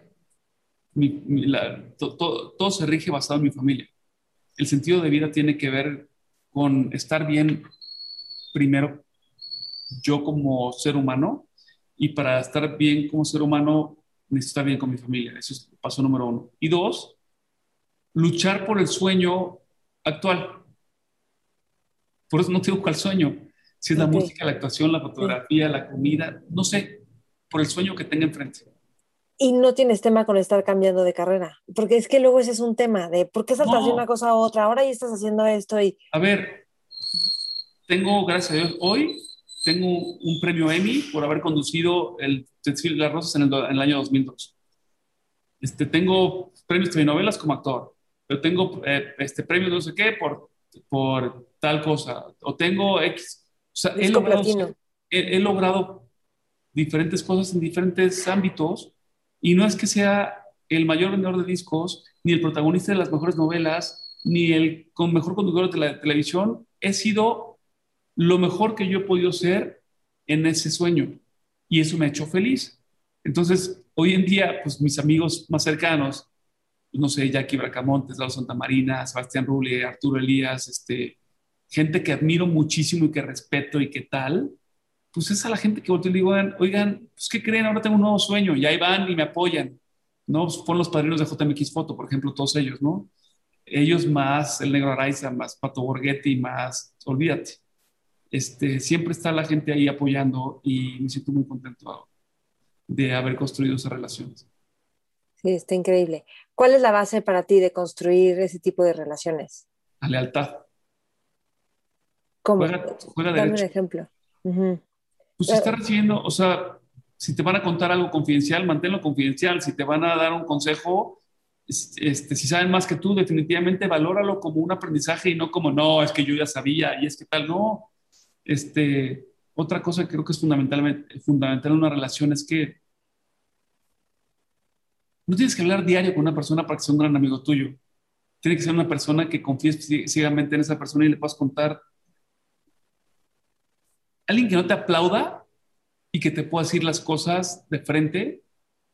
todo se rige basado en mi familia. El sentido de vida tiene que ver con estar bien primero yo como ser humano y para estar bien como ser humano necesito estar bien con mi familia. Eso es el paso número uno. Y dos, luchar por el sueño actual. Por eso no tengo cuál sueño. Si es la Ok, música, la actuación, la sí. fotografía, la comida, no sé, por el sueño que tenga enfrente. Y no tienes tema con estar cambiando de carrera, porque es que luego ese es un tema de por qué saltas de una No, cosa a otra, ahora ya estás haciendo esto y a ver, tengo, gracias a Dios, hoy tengo un premio Emmy por haber conducido el Desfile de las Rosas en el año 2002. Tengo premios de novelas como actor, pero tengo premios no sé qué por tal cosa, o tengo X. O sea, disco platino. he logrado diferentes cosas en diferentes ámbitos y no es que sea el mayor vendedor de discos, ni el protagonista de las mejores novelas, ni el mejor conductor de la televisión. He sido lo mejor que yo he podido ser en ese sueño y eso me ha hecho feliz. Entonces, hoy en día, pues mis amigos más cercanos, pues, no sé, Jackie Bracamontes, Lalo Santamarina, Sebastián Rulli, Arturo Elías, gente que admiro muchísimo y que respeto y que tal, pues es a la gente que volteo y le digo, oigan, pues ¿qué creen? Ahora tengo un nuevo sueño y ahí van y me apoyan, ¿no? Pues, fueron los padrinos de JMX Foto, por ejemplo, todos ellos, ¿no? Ellos más el Negro Araiza, más Pato Borghetti, más, olvídate. Siempre está la gente ahí apoyando y me siento muy contento de haber construido esas relaciones. Sí, está increíble. ¿Cuál es la base para ti de construir ese tipo de relaciones? La lealtad. ¿Cómo? Juega Dame un derecho. ejemplo. Ujú. Pues si está Eh, recibiendo, o sea, si te van a contar algo confidencial, manténlo confidencial. Si te van a dar un consejo, si saben más que tú, definitivamente valóralo como un aprendizaje y no como, no, es que yo ya sabía y es que tal, no. Otra cosa que creo que es fundamental en una relación es que no tienes que hablar diario con una persona para que sea un gran amigo tuyo. Tiene que ser una persona que confíes ciegamente en esa persona y le puedas contar. Alguien que no te aplauda y que te pueda decir las cosas de frente,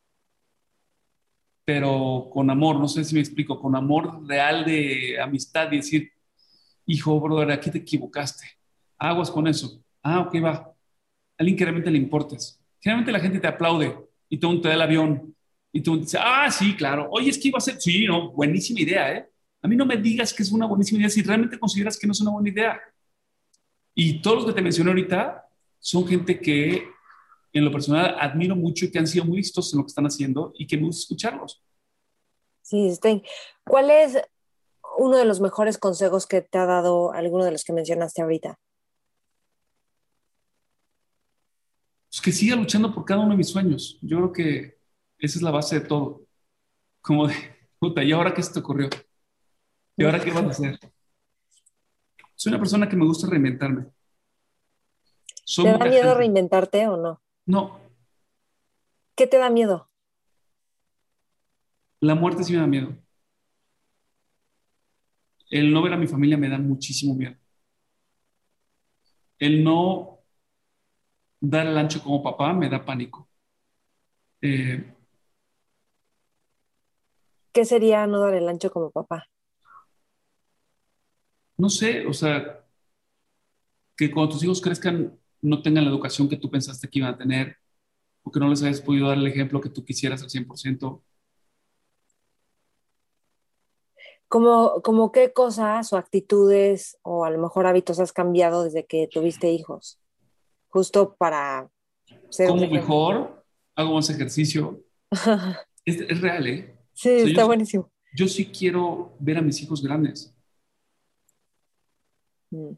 pero con amor, no sé si me explico, con amor real de amistad y decir, hijo, brother, aquí te equivocaste. Aguas con eso. Ah, ok, va. Alguien que realmente le importes. Generalmente la gente te aplaude y tú te da el avión y tú dices, ah, sí, claro. Oye, es que iba a ser, sí, no, buenísima idea, ¿eh? A mí no me digas que es una buenísima idea si realmente consideras que no es una buena idea. Y todos los que te mencioné ahorita, son gente que en lo personal admiro mucho y que han sido muy listos en lo que están haciendo y que me gusta escucharlos. Sí, ¿cuál es uno de los mejores consejos que te ha dado alguno de los que mencionaste ahorita? Pues que siga luchando por cada uno de mis sueños. Yo creo que esa es la base de todo. Como de, puta, ¿y ahora qué se te ocurrió? ¿Y ahora qué vas a hacer? Soy una persona que me gusta reinventarme. Soy ¿Te muy da miedo tajante. reinventarte o no? No, ¿Qué te da miedo? la muerte sí me da miedo. El no ver a mi familia me da muchísimo miedo. El no dar el ancho como papá me da pánico. Eh, ¿Qué sería no dar el ancho como papá? no sé, o sea, que cuando tus hijos crezcan no tengan la educación que tú pensaste que iban a tener, o que no les hayas podido dar el ejemplo que tú quisieras al 100%. ¿Cómo qué cosas o actitudes o a lo mejor hábitos has cambiado desde que tuviste hijos? Justo para ser un Como ejemplo. mejor, hago más ejercicio. Es real, ¿eh? Sí, O sea, está buenísimo. yo sí quiero ver a mis hijos grandes. Mm.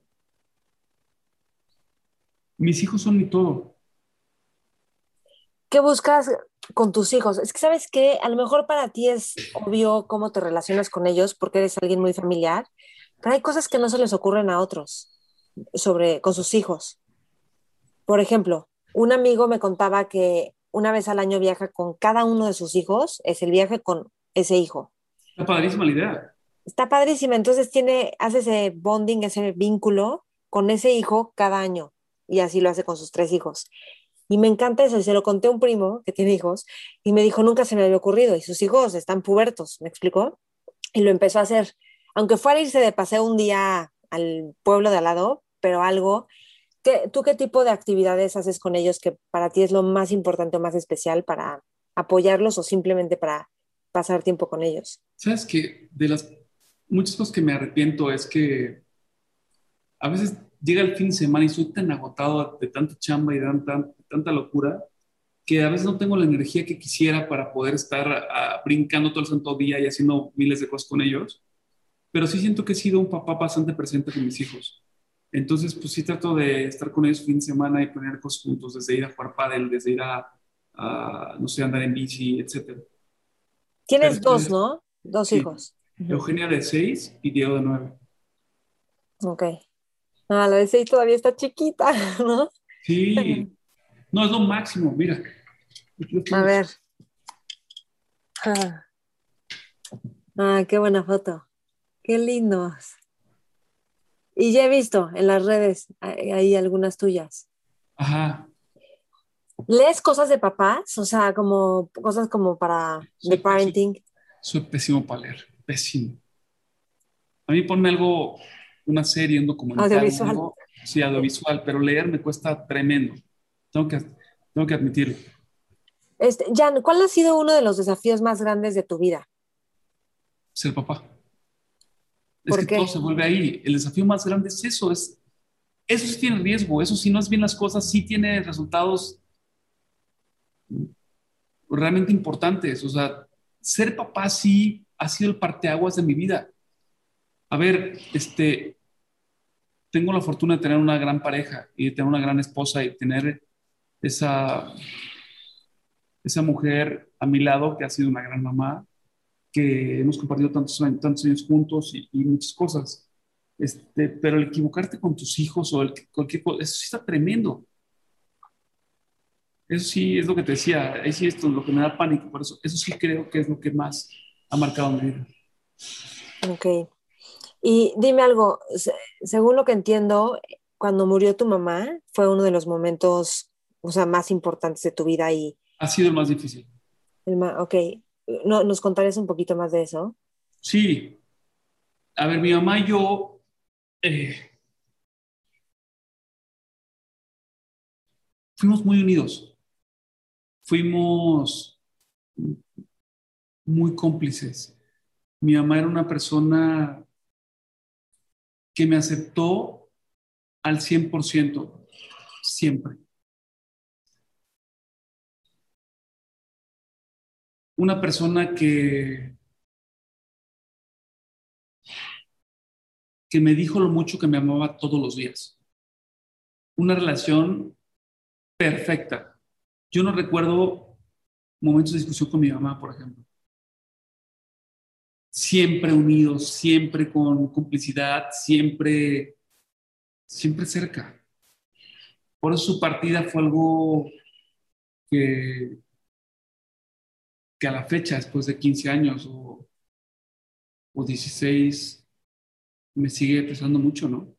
Mis hijos son mi todo. ¿Qué buscas con tus hijos? Es que sabes que a lo mejor para ti es obvio cómo te relacionas con ellos porque eres alguien muy familiar, pero hay cosas que no se les ocurren a otros con sus hijos. Por ejemplo, un amigo me contaba que una vez al año viaja con cada uno de sus hijos, es el viaje con ese hijo. Está padrísima la idea. Está padrísima, entonces hace ese bonding, ese vínculo con ese hijo cada año y así lo hace con sus tres hijos. Y me encanta eso, y se lo conté a un primo que tiene hijos y me dijo, nunca se me había ocurrido y sus hijos están pubertos, ¿me explicó? Y lo empezó a hacer, aunque fuera a irse de paseo un día al pueblo de al lado, pero algo. ¿Tú qué tipo de actividades haces con ellos que para ti es lo más importante o más especial para apoyarlos o simplemente para pasar tiempo con ellos? ¿Sabes que de las muchas cosas que me arrepiento es que a veces llega el fin de semana y estoy tan agotado de tanta chamba y de tanta locura que a veces no tengo la energía que quisiera para poder estar brincando todo el santo día y haciendo miles de cosas con ellos, pero sí siento que he sido un papá bastante presente con mis hijos. Entonces, pues sí trato de estar con ellos fin de semana y planear cosas juntos, desde ir a jugar pádel, desde ir no sé, andar en bici, etcétera. Pero Tienes dos, pues, ¿no? Dos sí, hijos. Ujú. Eugenia de 6 y Diego de 9. Ok. Ah, la de seis todavía está chiquita, ¿no? Sí, no, es lo máximo, mira. Aquí los A tienes. ver. Ah, qué buena foto. Qué lindos. Y ya he visto en las redes, hay algunas tuyas. Ajá, ¿Lees cosas de papás? O sea, como cosas como de soy pésimo, parenting, soy pésimo para leer, pésimo. A mí ponme algo, una serie, un documental, audiovisual. algo, sí, audiovisual, pero leer me cuesta tremendo. Tengo que, tengo que admitirlo. Jan, ¿cuál ha sido uno de los desafíos más grandes de tu vida? Ser papá. Es ¿Por que todo qué? se vuelve ahí. El desafío más grande es eso, eso sí tiene riesgo, eso si no es bien las cosas, sí tiene resultados realmente importantes. O sea, ser papá sí ha sido el parteaguas de mi vida. A ver, tengo la fortuna de tener una gran pareja y de tener una gran esposa y tener esa, esa mujer a mi lado que ha sido una gran mamá, que hemos compartido tantos años juntos y muchas cosas. Pero el equivocarte con tus hijos o cualquier cosa, eso sí está tremendo. Eso sí es lo que te decía, ahí sí esto es lo que me da pánico, por eso sí creo que es lo que más ha marcado mi vida. Ok. Y dime algo, según lo que entiendo, cuando murió tu mamá fue uno de los momentos, o sea, más importantes de tu vida y, Ha sido el más difícil. ok, no, ¿nos contarías un poquito más de eso? Sí, a ver, mi mamá y yo eh, fuimos muy unidos, fuimos muy cómplices. Mi mamá era una persona que me aceptó al 100%. siempre. Una persona que me dijo lo mucho que me amaba todos los días. Una relación perfecta. Yo no recuerdo momentos de discusión con mi mamá, por ejemplo. Siempre unidos, siempre con complicidad, siempre cerca. Por eso su partida fue algo que, que a la fecha, después de 15 años o 16, me sigue pesando mucho, ¿no?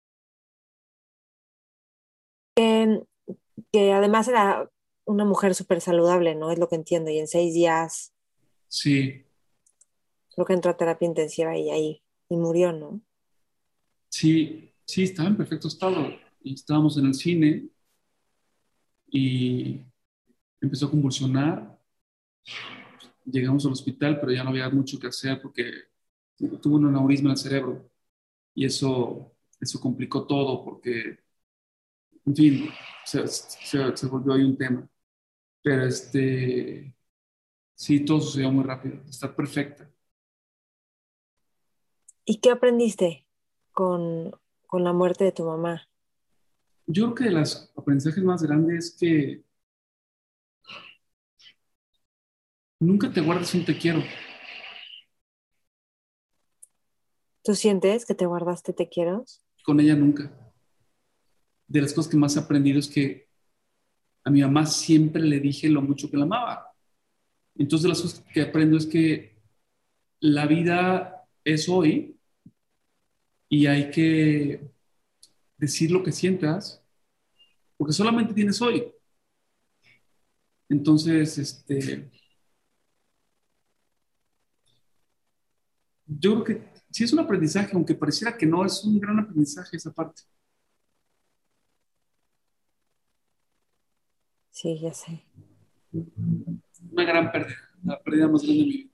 Que, que además era una mujer súper saludable, ¿no? Es lo que entiendo. Y en 6 días Sí, creo que entró a terapia intensiva y ahí y murió, ¿no? sí, sí, estaba en perfecto estado. Y estábamos en el cine y empezó a convulsionar. Llegamos al hospital, pero ya no había mucho que hacer porque tuvo un aneurisma en el cerebro y eso complicó todo porque, en fin, se volvió ahí un tema. Pero sí, todo sucedió muy rápido. Está perfecta. ¿Y qué aprendiste con, con la muerte de tu mamá? Yo creo que de los aprendizajes más grandes es que nunca te guardes un te quiero. ¿Tú sientes que te guardaste te quiero? Con ella nunca. De las cosas que más he aprendido es que a mi mamá siempre le dije lo mucho que la amaba. Entonces, de las cosas que aprendo es que la vida es hoy y hay que decir lo que sientas, porque solamente tienes hoy. Entonces, yo creo que sí es un aprendizaje, aunque pareciera que no, es un gran aprendizaje esa parte. Sí, ya sé. Una gran pérdida, la pérdida más grande de mi vida.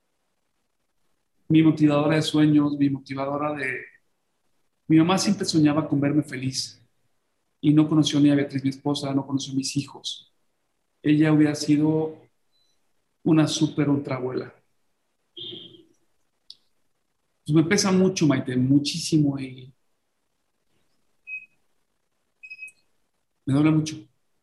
Mi motivadora de sueños, mi motivadora de... Mi mamá siempre soñaba con verme feliz y no conoció ni a Beatriz, mi esposa, no conoció a mis hijos. Ella hubiera sido una súper ultra abuela. Pues me pesa mucho, Maite, muchísimo y me duele mucho.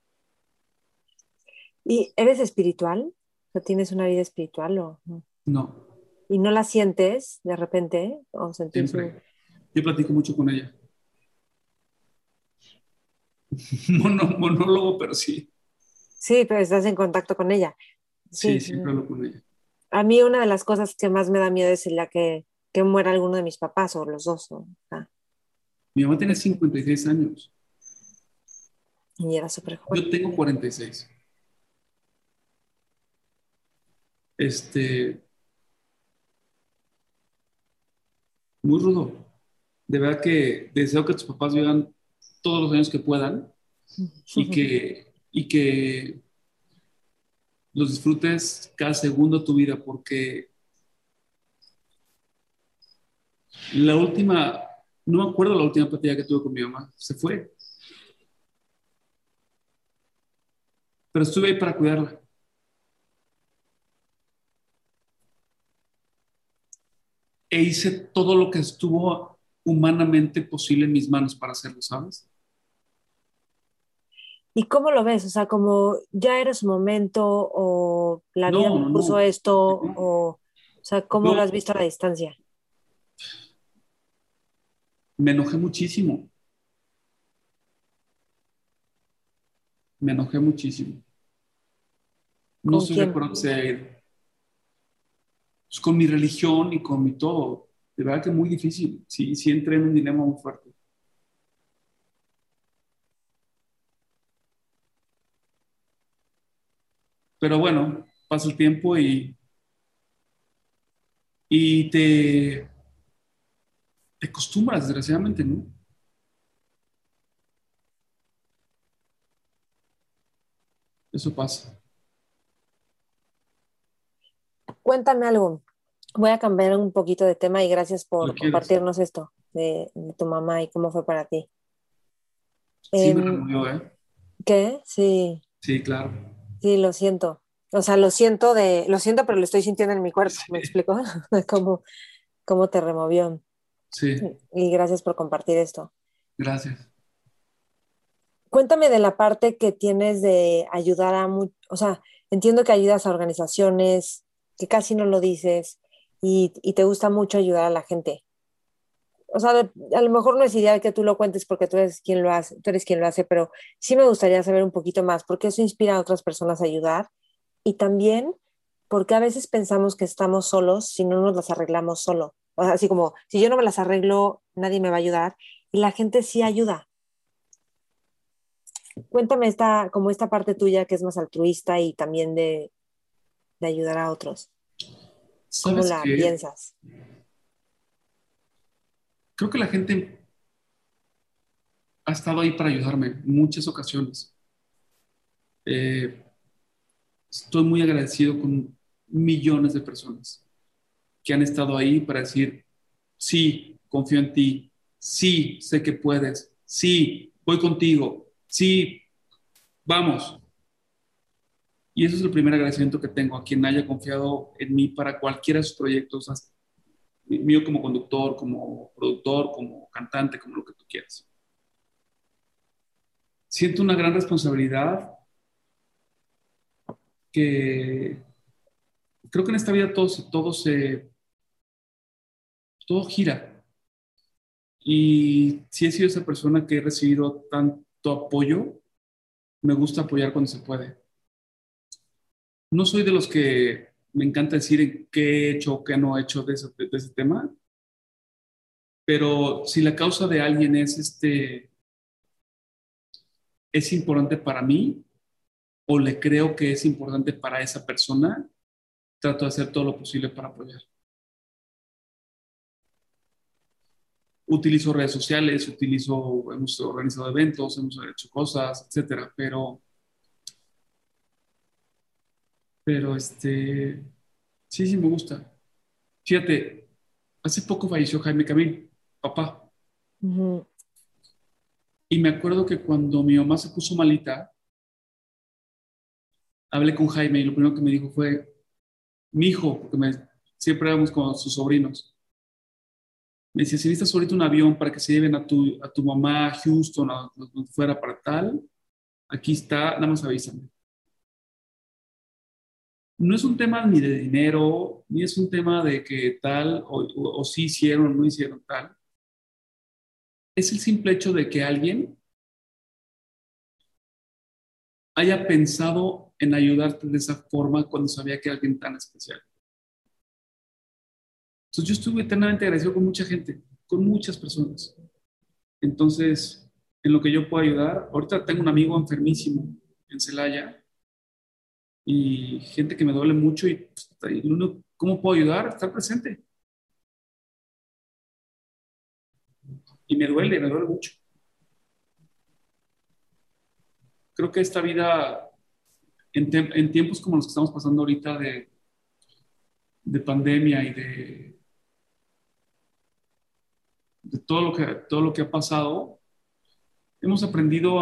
¿Y eres espiritual? ¿O tienes una vida espiritual o no? No, ¿Y no la sientes de repente? ¿O sentir su... siempre. Yo platico mucho con ella. Monólogo, pero sí. Sí, pero estás en contacto con ella. Sí, Sí. siempre hablo con ella. A mí una de las cosas que más me da miedo es la que muera alguno de mis papás o los dos. Mi mamá tiene 56 años. Y era súper Yo joven. tengo 46. Este, muy rudo. De verdad que deseo que tus papás vivan todos los años que puedan y que los disfrutes cada segundo de tu vida, porque la última, no me acuerdo la última plática que tuve con mi mamá, se fue, pero estuve ahí para cuidarla. E hice todo lo que estuvo humanamente posible en mis manos para hacerlo, ¿sabes? ¿Y cómo lo ves? O sea, como ya era su momento o la vida No, me no, puso no. esto o sea, ¿cómo lo Yo has visto a la distancia? me enojé muchísimo, me enojé muchísimo. No ¿Con estoy de quién? acuerdo que sea pues, con mi religión y con mi todo. De verdad que es muy difícil. Sí, sí entré en un dilema muy fuerte. Pero bueno, pasa el tiempo y te acostumbras, desgraciadamente, ¿no? Eso pasa. Cuéntame algo. Voy a cambiar un poquito de tema y gracias Lo por quieres. compartirnos esto de tu mamá y cómo fue para ti. Sí me Em, removió, ¿eh? ¿Qué? Sí, Sí, claro. sí, lo siento. O sea, lo siento, pero lo estoy sintiendo en mi cuerpo, ¿me Sí, explico? ¿Cómo, cómo te removió? sí, Y gracias por compartir esto. gracias. Cuéntame de la parte que tienes de ayudar o sea, entiendo que ayudas a organizaciones, que casi no lo dices y te gusta mucho ayudar a la gente. O sea, a lo mejor no es ideal que tú lo cuentes porque tú eres quien lo hace, tú eres quien lo hace, pero sí me gustaría saber un poquito más porque eso inspira a otras personas a ayudar y también porque a veces pensamos que estamos solos si no nos las arreglamos solo. O sea, así como, si yo no me las arreglo, nadie me va a ayudar y la gente sí ayuda. Cuéntame como esta parte tuya que es más altruista y también de ayudar a otros. ¿Cómo ¿Sabes la qué? piensas? Creo que la gente ha estado ahí para ayudarme en muchas ocasiones. Eh, Estoy muy agradecido con millones de personas que han estado ahí para decir, sí, confío en ti, sí, sé que puedes, sí, voy contigo, sí, vamos. Y eso es el primer agradecimiento que tengo a quien haya confiado en mí para cualquiera de sus proyectos, mío como conductor, como productor, como cantante, como lo que tú quieras. Siento una gran responsabilidad que creo que en esta vida todo gira. Y si he sido esa persona que he recibido tanto apoyo, me gusta apoyar cuando se puede. No soy de los que me encanta decir qué he hecho o qué no he hecho de ese tema, pero si la causa de alguien es importante para mí o le creo que es importante para esa persona, trato de hacer todo lo posible para apoyar. Utilizo redes sociales, hemos organizado eventos, hemos hecho cosas, etcétera, pero sí, sí me gusta. Fíjate, hace poco falleció Jaime Camil, papá, Ujú. y me acuerdo que cuando mi mamá se puso malita, hablé con Jaime y lo primero que me dijo fue, mi hijo, porque siempre éramos con sus sobrinos. Me decía, si necesitas ahorita un avión para que se lleven a tu mamá a Houston, a donde fuera para tal, aquí está, nada más avísame. No es un tema ni de dinero, ni es un tema de que tal, o sí hicieron o no hicieron tal. Es el simple hecho de que alguien haya pensado en ayudarte de esa forma cuando sabía que era alguien tan especial. Entonces yo estuve eternamente agradecido con mucha gente, con muchas personas. Entonces, en lo que yo puedo ayudar, ahorita tengo un amigo enfermísimo en Celaya y gente que me duele mucho y pues, ¿cómo puedo ayudar? Estar presente. Y me duele mucho. Creo que esta vida, en tiempos como los que estamos pasando ahorita de pandemia y de todo lo que ha pasado, hemos aprendido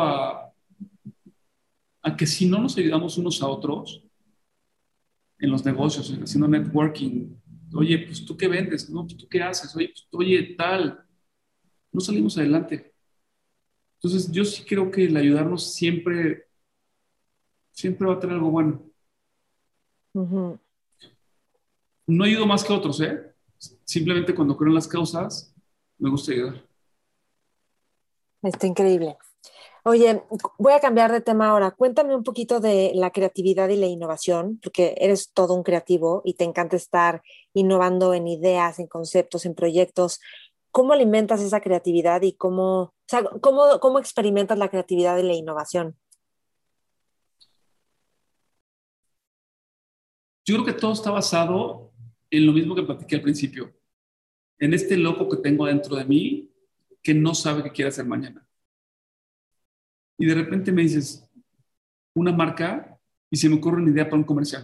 a que si no nos ayudamos unos a otros en los negocios, haciendo networking, oye, pues tú qué vendes, no, pues tú qué haces, oye, pues, oye, tal, no salimos adelante. Entonces, yo sí creo que el ayudarnos siempre va a tener algo bueno. Ujú. No ayudo más que otros, ¿eh? Simplemente cuando creo en las causas, me gusta ayudar. Está increíble. Oye, voy a cambiar de tema ahora. Cuéntame un poquito de la creatividad y la innovación, porque eres todo un creativo y te encanta estar innovando en ideas, en conceptos, en proyectos. ¿Cómo alimentas esa creatividad y o sea, cómo experimentas la creatividad y la innovación? Yo creo que todo está basado en lo mismo que platiqué al principio, en este loco que tengo dentro de mí que no sabe qué quiere hacer mañana. Y de repente me dices una marca y se me ocurre una idea para un comercial.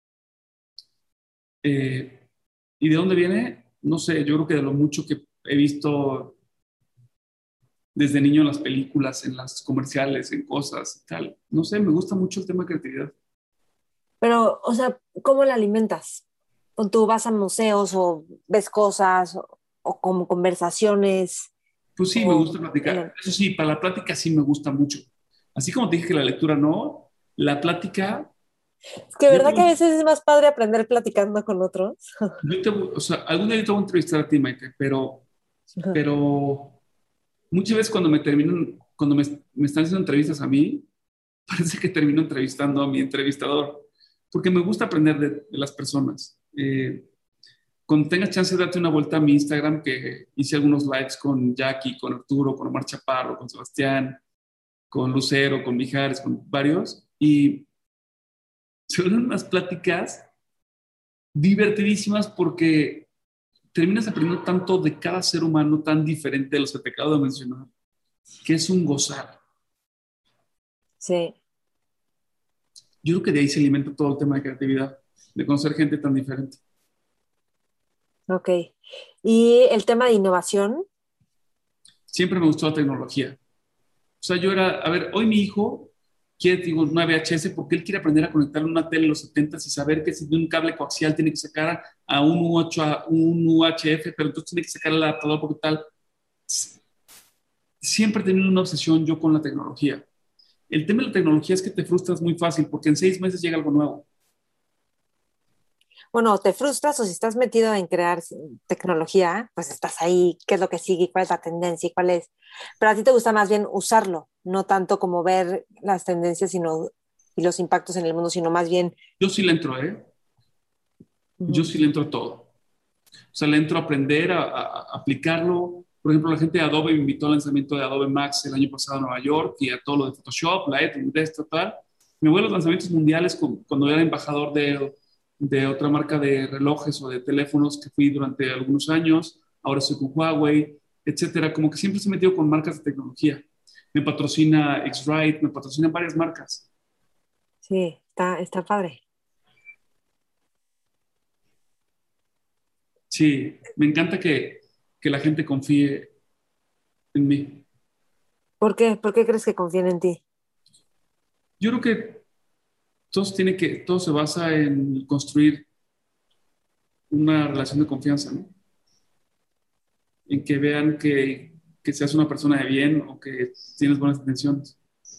Eh, ¿Y de dónde viene? No sé, yo creo que de lo mucho que he visto desde niño en las películas, en las comerciales, en cosas y tal. No sé, me gusta mucho el tema de creatividad. Pero, o sea, ¿cómo la alimentas? ¿O tú vas a museos o ves cosas o como conversaciones? Pues sí, me O gusta platicar. Eso sí, para la plática sí me gusta mucho. Así como te dije que la lectura no, la plática, Es que yo te, verdad que a veces es más padre aprender platicando con otros. o sea, algún día yo te voy a entrevistar a ti, Maite, pero muchas veces cuando me están haciendo entrevistas a mí, parece que termino entrevistando a mi entrevistador, porque me gusta aprender de las personas. Cuando tengas chance de darte una vuelta a mi Instagram, que hice algunos lives con Jackie, con Arturo, con Omar Chaparro, con Sebastián, con Lucero, con Mijares, con varios, y son unas pláticas divertidísimas porque terminas aprendiendo tanto de cada ser humano tan diferente de los que te acabo de mencionar, que es un gozar. Sí, Yo creo que de ahí se alimenta todo el tema de creatividad, de conocer gente tan diferente. ok. Y el tema de innovación, Siempre me gustó la tecnología. O sea, yo era, a ver, hoy mi hijo quiere, digo, una VHS porque él quiere aprender a conectar una tele en los 70 y saber que si de un cable coaxial tiene que sacar a un U8, a un UHF, pero entonces tiene que sacar el adaptador porque tal. Siempre he tenido una obsesión yo con la tecnología. El tema de la tecnología es que te frustras muy fácil porque en 6 meses llega algo nuevo. bueno, te frustras o si estás metido en crear tecnología, pues estás ahí, qué es lo que sigue, y cuál es la tendencia y cuál es. Pero a ti te gusta más bien usarlo, no tanto como ver las tendencias y los impactos en el mundo, sino más bien. Yo sí le entro, ¿eh? Yo Ujú. sí le entro a todo. O sea, le entro a aprender, a aplicarlo. Por ejemplo, la gente de Adobe me invitó al lanzamiento de Adobe Max el año pasado en Nueva York y a todo lo de Photoshop, Lightroom, de esto, tal. Me voy a los lanzamientos mundiales cuando era embajador de otra marca de relojes o de teléfonos que fui durante algunos años. Ahora estoy con Huawei, etcétera. Como que siempre se he metido con marcas de tecnología. Me patrocina X-Rite, me patrocinan varias marcas. Sí, está padre. Sí, me encanta que la gente confíe en mí. ¿Por qué? ¿Por qué crees que confían en ti? Yo creo que todo se basa en construir una relación de confianza, ¿no? En que vean que seas una persona de bien o que tienes buenas intenciones.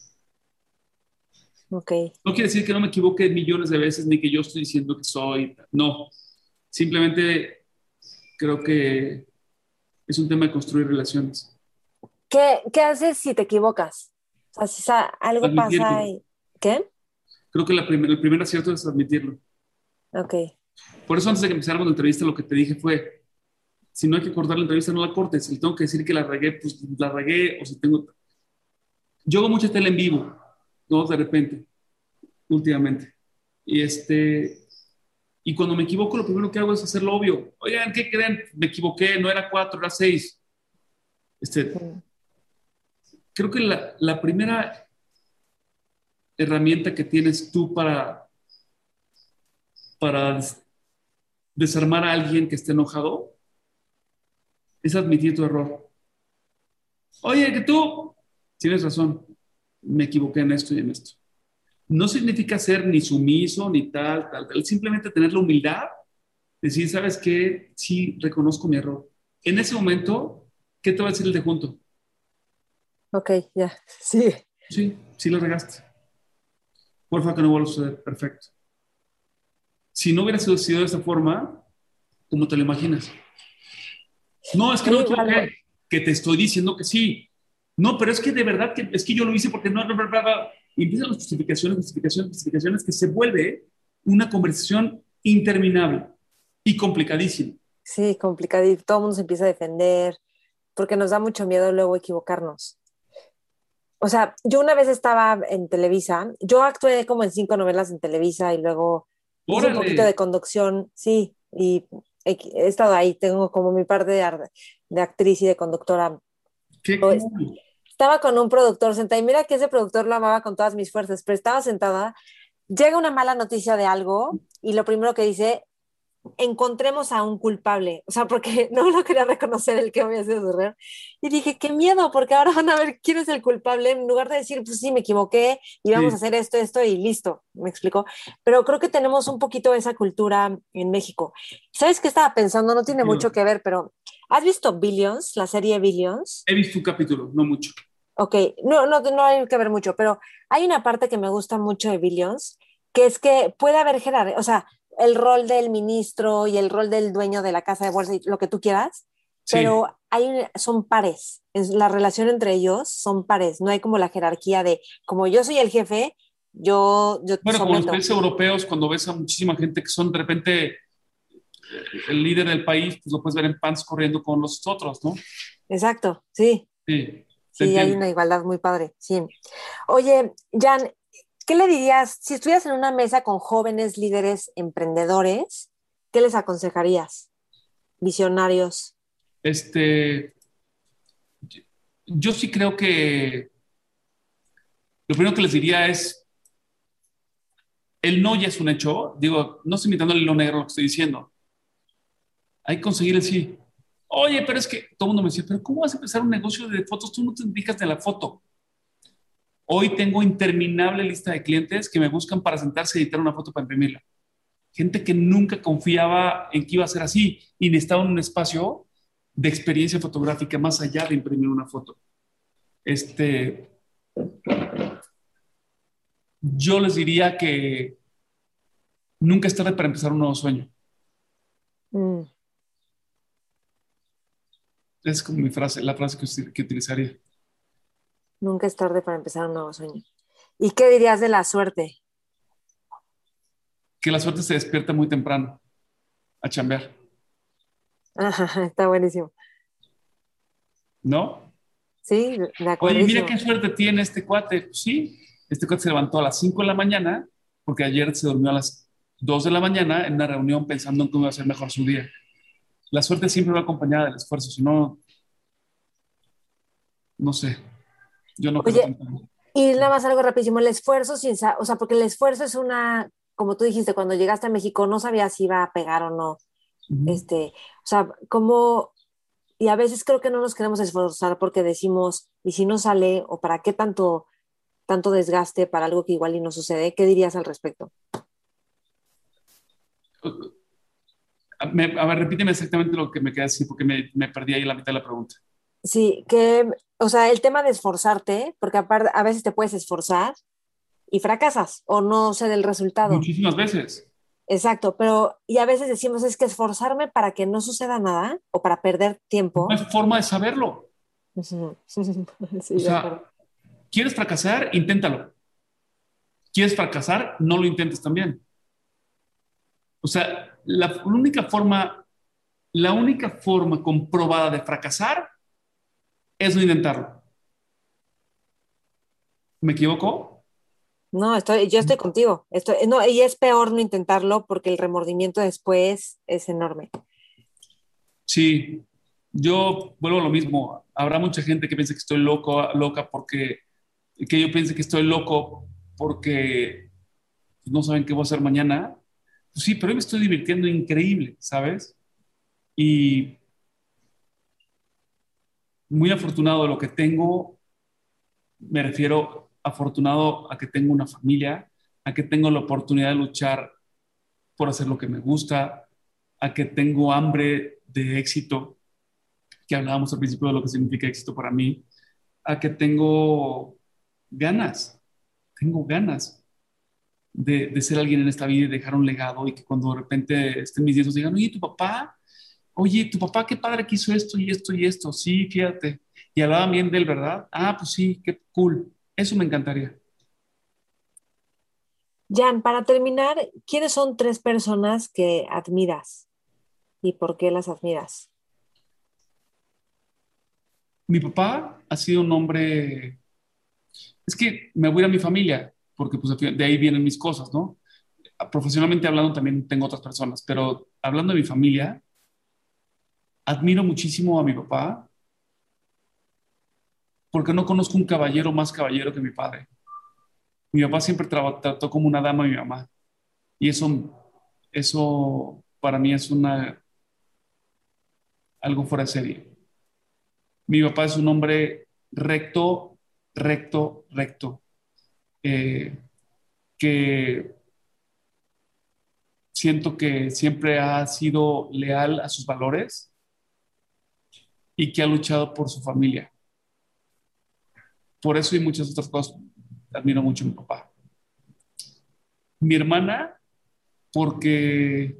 Ok. No quiere decir que no me equivoque millones de veces ni que yo estoy diciendo que soy. No, simplemente creo que es un tema de construir relaciones. ¿Qué haces si te equivocas? O sea, si algo pasa Admitirlo. y... ¿Qué? Creo que el primer acierto es admitirlo. Ok. Por eso antes de que empezáramos la entrevista lo que te dije fue, si no hay que cortar la entrevista, no la cortes. Si tengo que decir que la regué, pues la regué. O si tengo... Yo hago mucha tele en vivo, ¿no? De repente, últimamente. Y cuando me equivoco, lo primero que hago es hacerlo obvio. Oigan, ¿qué creen? Me equivoqué, no era 4, era 6. Este, Mm. creo que la primera herramienta que tienes tú para desarmar a alguien que esté enojado es admitir tu error. Oye, que tú tienes razón, me equivoqué en esto y en esto. No significa ser ni sumiso ni tal. Simplemente tener la humildad, decir, ¿sabes qué? Sí, reconozco mi error. En ese momento, ¿qué te va a decir el de junto? Ok, ya. Sí. Sí, sí lo regaste. Porfa, que no vuelva a suceder. Perfecto. Si no hubiera sido de esa forma, ¿cómo te lo imaginas? No, es que Yo no me igual. equivoqué. Que te estoy diciendo que sí. No, pero es que de verdad que es que yo lo hice porque no, y empiezan las justificaciones que se vuelve una conversación interminable y complicadísima. Sí, complicado y todo el mundo se empieza a defender porque nos da mucho miedo luego equivocarnos. O sea, yo una vez estaba en Televisa, yo actué como en 5 novelas en Televisa y luego hice un poquito Órale, de conducción, sí, y he estado ahí, tengo como mi parte de actriz y de conductora. qué Pues, cool. estaba con un productor sentada y mira que ese productor lo amaba con todas mis fuerzas, pero estaba sentada, llega una mala noticia de algo y lo primero que dice, encontremos a un culpable, o sea, porque no lo quería reconocer el que había sido su error. Y dije, qué miedo, porque ahora van a ver quién es el culpable, en lugar de decir, pues sí, me equivoqué y vamos a Sí, hacer esto y listo, me explicó. Pero creo que tenemos un poquito esa cultura en México. ¿Sabes qué estaba pensando? No tiene mucho que ver, pero ¿has visto Billions, la serie Billions? he visto un capítulo, no mucho. Ok, no hay que ver mucho, pero hay una parte que me gusta mucho de Billions, que es que puede haber jerarquía, o sea, el rol del ministro y el rol del dueño de la casa de bolsa y lo que tú quieras, Sí. pero son pares, la relación entre ellos son pares, no hay como la jerarquía de, como yo soy el jefe, yo te Bueno, como los someto. países europeos, cuando ves a muchísima gente que son de repente el líder del país, pues lo puedes ver en pants corriendo con los otros, ¿no? Exacto, sí, Sí, te sí, hay entiendo. una igualdad muy padre, sí. Oye, Jan, ¿qué le dirías si estuvieras en una mesa con jóvenes líderes emprendedores? ¿Qué les aconsejarías? Visionarios. Este, yo sí creo que lo primero que les diría es, el no ya es un hecho. Digo, no estoy imitando el hilo negro lo que estoy diciendo. Hay que conseguir el sí. Oye, pero es que todo el mundo me decía, pero ¿cómo vas a empezar un negocio de fotos? Tú no te dedicas de la foto. Hoy tengo interminable lista de clientes que me buscan para sentarse y editar una foto para imprimirla. Gente que nunca confiaba en que iba a ser así y necesitaba un espacio de experiencia fotográfica más allá de imprimir una foto. Este, yo les diría que nunca es tarde para empezar un nuevo sueño. Mm, Es como mi frase, la frase que utilizaría. nunca es tarde para empezar un nuevo sueño. ¿Y qué dirías de la suerte? Que la suerte se despierta muy temprano a chambear, Ajá, está buenísimo. ¿no? Sí, de Oye, mira acuerdísimo. qué suerte tiene este cuate. Pues sí, este cuate se levantó a las 5 de la mañana porque ayer se durmió a las 2 de la mañana en una reunión pensando en cómo iba a ser mejor su día. La suerte siempre va acompañada del esfuerzo, si no, no sé, yo no creo Oye, tanto. y nada más algo rapidísimo, el esfuerzo o sea, porque el esfuerzo es una, como tú dijiste, cuando llegaste a México no sabías si iba a pegar o no. Ujú. O sea, como, y a veces creo que no nos queremos esforzar porque decimos, ¿y si no sale? ¿O para qué tanto desgaste para algo que igual y no sucede? ¿Qué dirías al respecto? A ver, repíteme exactamente lo que me queda así, porque me perdí ahí la mitad de la pregunta. Sí, que, o sea, el tema de esforzarte, porque aparte a veces te puedes esforzar y fracasas o no sé del resultado. Muchísimas veces. Exacto, pero y a veces decimos es que esforzarme para que no suceda nada o para perder No hay tiempo. forma de saberlo. Ujú. O Sí, de acuerdo. sea, ¿quieres fracasar? Inténtalo. ¿Quieres fracasar? No lo intentes también. O sea, la única forma comprobada de fracasar es no intentarlo. ¿Me equivoco? No, yo estoy contigo. No, y es peor no intentarlo porque el remordimiento después es enorme. Sí, yo vuelvo a lo mismo. Habrá mucha gente que piense que estoy loca porque, que yo piense que estoy loco porque no saben qué voy a hacer mañana. Pues sí, pero hoy me estoy divirtiendo increíble, ¿sabes? Y muy afortunado de lo que tengo, me refiero afortunado a que tengo una familia, a que tengo la oportunidad de luchar por hacer lo que me gusta, a que tengo hambre de éxito, que hablábamos al principio de lo que significa éxito para mí, a que ganas, tengo ganas de ser alguien en esta vida y dejar un legado y que cuando de repente estén mis hijos digan, oye, tu papá, qué padre que hizo esto y esto y esto, sí, fíjate, y hablaban bien de él, ¿verdad? Ah, pues sí, qué cool, eso me encantaría. Jan, para terminar, ¿quiénes son tres personas que admiras y por qué las admiras? Mi papá ha sido un hombre, es que me voy a ir a mi familia, porque pues de ahí vienen mis cosas, ¿no? Profesionalmente hablando también tengo otras personas, pero hablando de mi familia, admiro muchísimo a mi papá porque no conozco un caballero más caballero que mi padre. Mi papá siempre trató como una dama a mi mamá y eso para mí es algo fuera de serie. Mi papá es un hombre recto, recto, recto, eh, que siento que siempre ha sido leal a sus valores y que ha luchado por su familia. Por eso y muchas otras cosas admiro mucho a mi papá. Mi hermana, porque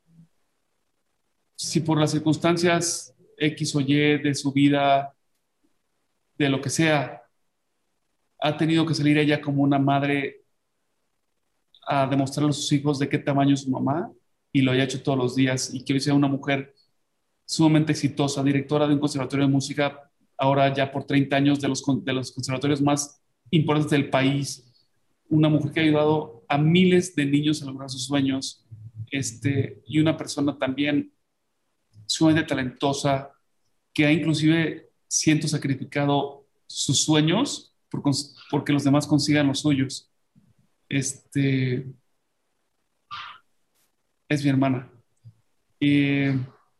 si por las circunstancias X o Y de su vida, de lo que sea, ha tenido que salir ella como una madre a demostrarle a sus hijos de qué tamaño es su mamá y lo haya hecho todos los días y que hoy sea una mujer sumamente exitosa, directora de un conservatorio de música, ahora ya por 30 años de los conservatorios más importantes del país, una mujer que ha ayudado a miles de niños a lograr sus sueños, y una persona también sumamente talentosa, que ha inclusive, siento, sacrificado sus sueños porque los demás consigan los suyos. Este, es mi hermana. Eh,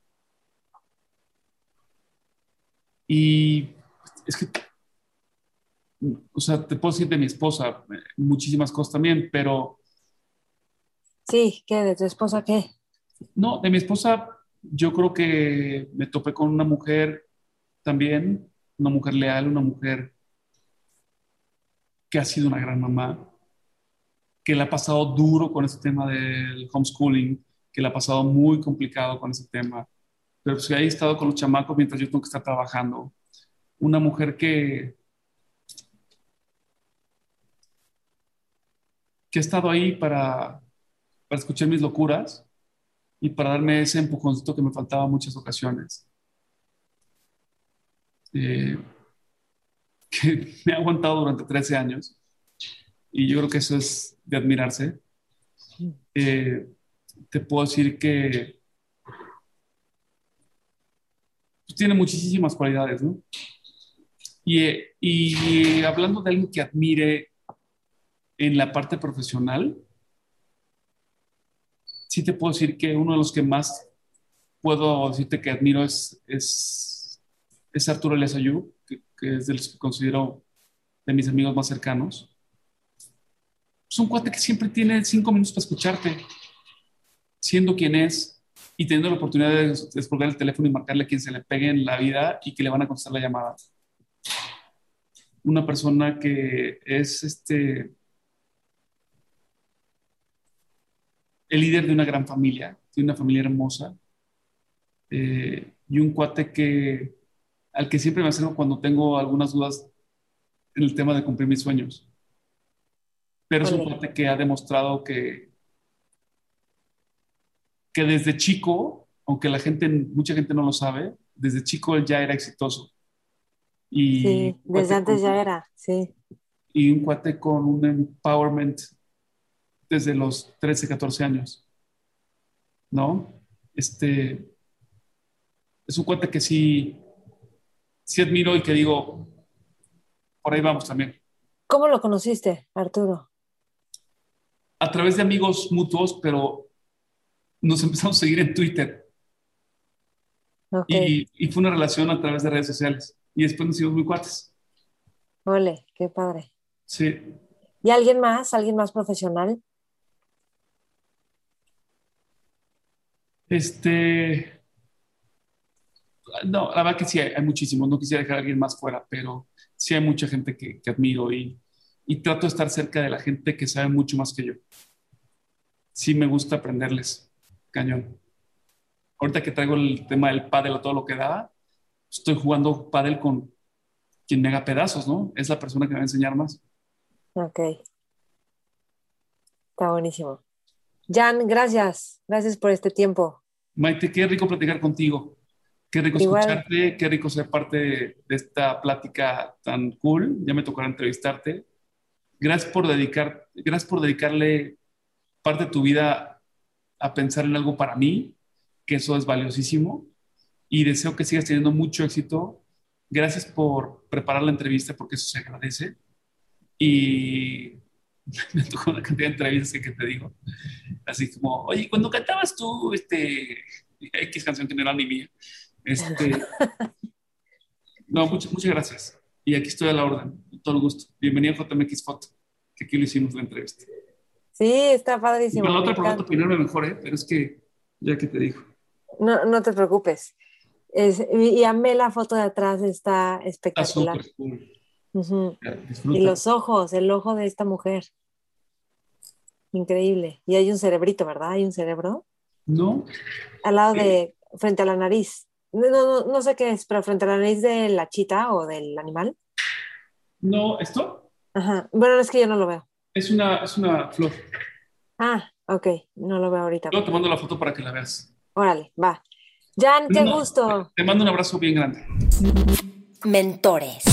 y es que, o sea, te puedo decir de mi esposa muchísimas cosas también, pero Sí, ¿qué? ¿De tu esposa qué? no, de mi esposa yo creo que me topé con una mujer también, una mujer leal, una mujer que ha sido una gran mamá, que le ha pasado duro con ese tema del homeschooling, que le ha pasado muy complicado con ese tema, pero pues que ha estado con los chamacos mientras yo tengo que estar trabajando. Una mujer que ha estado ahí para escuchar mis locuras y para darme ese empujoncito que me faltaba en muchas ocasiones. Eh, que me ha aguantado durante 13 años y yo creo que eso es de admirarse. Eh, te puedo decir que pues, tiene muchísimas cualidades, ¿no? Y hablando de alguien que admire en la parte profesional, sí te puedo decir que uno de los que más puedo decirte que admiro es Arturo Elias Ayub, que es de los que considero de mis amigos más cercanos. Es un cuate que siempre tiene 5 minutos para escucharte, siendo quien es y teniendo la oportunidad de descolgar el teléfono y marcarle a quien se le pegue en la vida y que le van a contestar la llamada. Una persona que es el líder de una gran familia, de una familia hermosa, y un cuate al que siempre me acerco cuando tengo algunas dudas en el tema de cumplir mis sueños. Pero es un Ole, cuate que ha demostrado que desde chico, aunque mucha gente no lo sabe, desde chico él ya era exitoso. Y sí, un desde cuate antes ya era, sí. y un cuate con un empowerment desde los 13 14 años, ¿no? Este, es un cuate que sí admiro y que digo, por ahí vamos también. ¿Cómo lo conociste, Arturo? A través de amigos mutuos, pero nos empezamos a seguir en Twitter Ok, y fue una relación a través de redes sociales. Y después nos hicimos muy cuates. ole, qué padre. Sí. ¿Y alguien más? ¿Alguien más profesional? Este, no, la verdad que sí, hay muchísimos. No quisiera dejar a alguien más fuera, pero sí hay mucha gente que admiro y trato de estar cerca de la gente que sabe mucho más que yo. Sí me gusta aprenderles. Cañón. Ahorita que traigo el tema del pádel a todo lo que da, estoy jugando pádel con quien me haga pedazos, ¿no? Es la persona que me va a enseñar más. Ok, está buenísimo. Jan, gracias. Gracias por este tiempo. Maite, qué rico platicar contigo. Qué rico Igual, escucharte, qué rico ser parte de esta plática tan cool. Ya me tocará entrevistarte. Gracias por dedicarle parte de tu vida a pensar en algo para mí, que eso es valiosísimo. Y deseo que sigas teniendo mucho éxito. Gracias por preparar la entrevista, porque eso se agradece. Y Me tocó una cantidad de entrevistas que te digo. Así como, oye, cuando cantabas tú, X canción que no era ni mía, este, no, muchas gracias. Y aquí estoy a la orden, con todo el gusto. Bienvenido a JMX Foto, que aquí lo hicimos la entrevista. Sí, está Y padrísimo, con la me otra prometo encanta. opinarme mejor, ¿eh? Pero es que, ya que te digo. No, no te preocupes. Y amé la foto de atrás, está Está espectacular. súper cool. Ujú. Ya, Y disfruta. los ojos, el ojo de esta mujer, increíble. Y hay un cerebrito, ¿verdad? Hay un cerebro No, al lado eh, frente a la nariz. No sé qué es, pero frente a la nariz de la chita o del animal. no, esto Ajá. Bueno, es que yo no lo veo. es una flor. Ah, ok, no lo veo ahorita. Luego te mando la foto para que la veas. Órale, va. Jan, Te qué mando, gusto. te mando un abrazo bien grande. Mentores.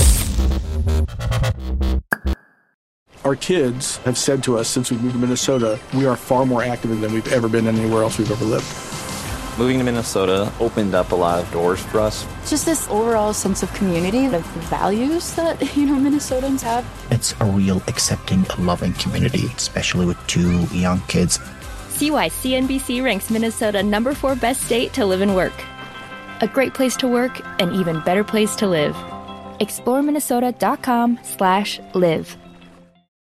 Our kids have said to us since we moved to Minnesota, we are far more active than we've ever been anywhere else we've ever lived. Moving to Minnesota opened up a lot of doors for us. Just this overall sense of community, of the values that, Minnesotans have. It's a real accepting, loving community, especially with 2 young kids. See why CNBC ranks Minnesota #4 best state to live and work. A great place to work, an even better place to live. ExploreMinnesota.com/live.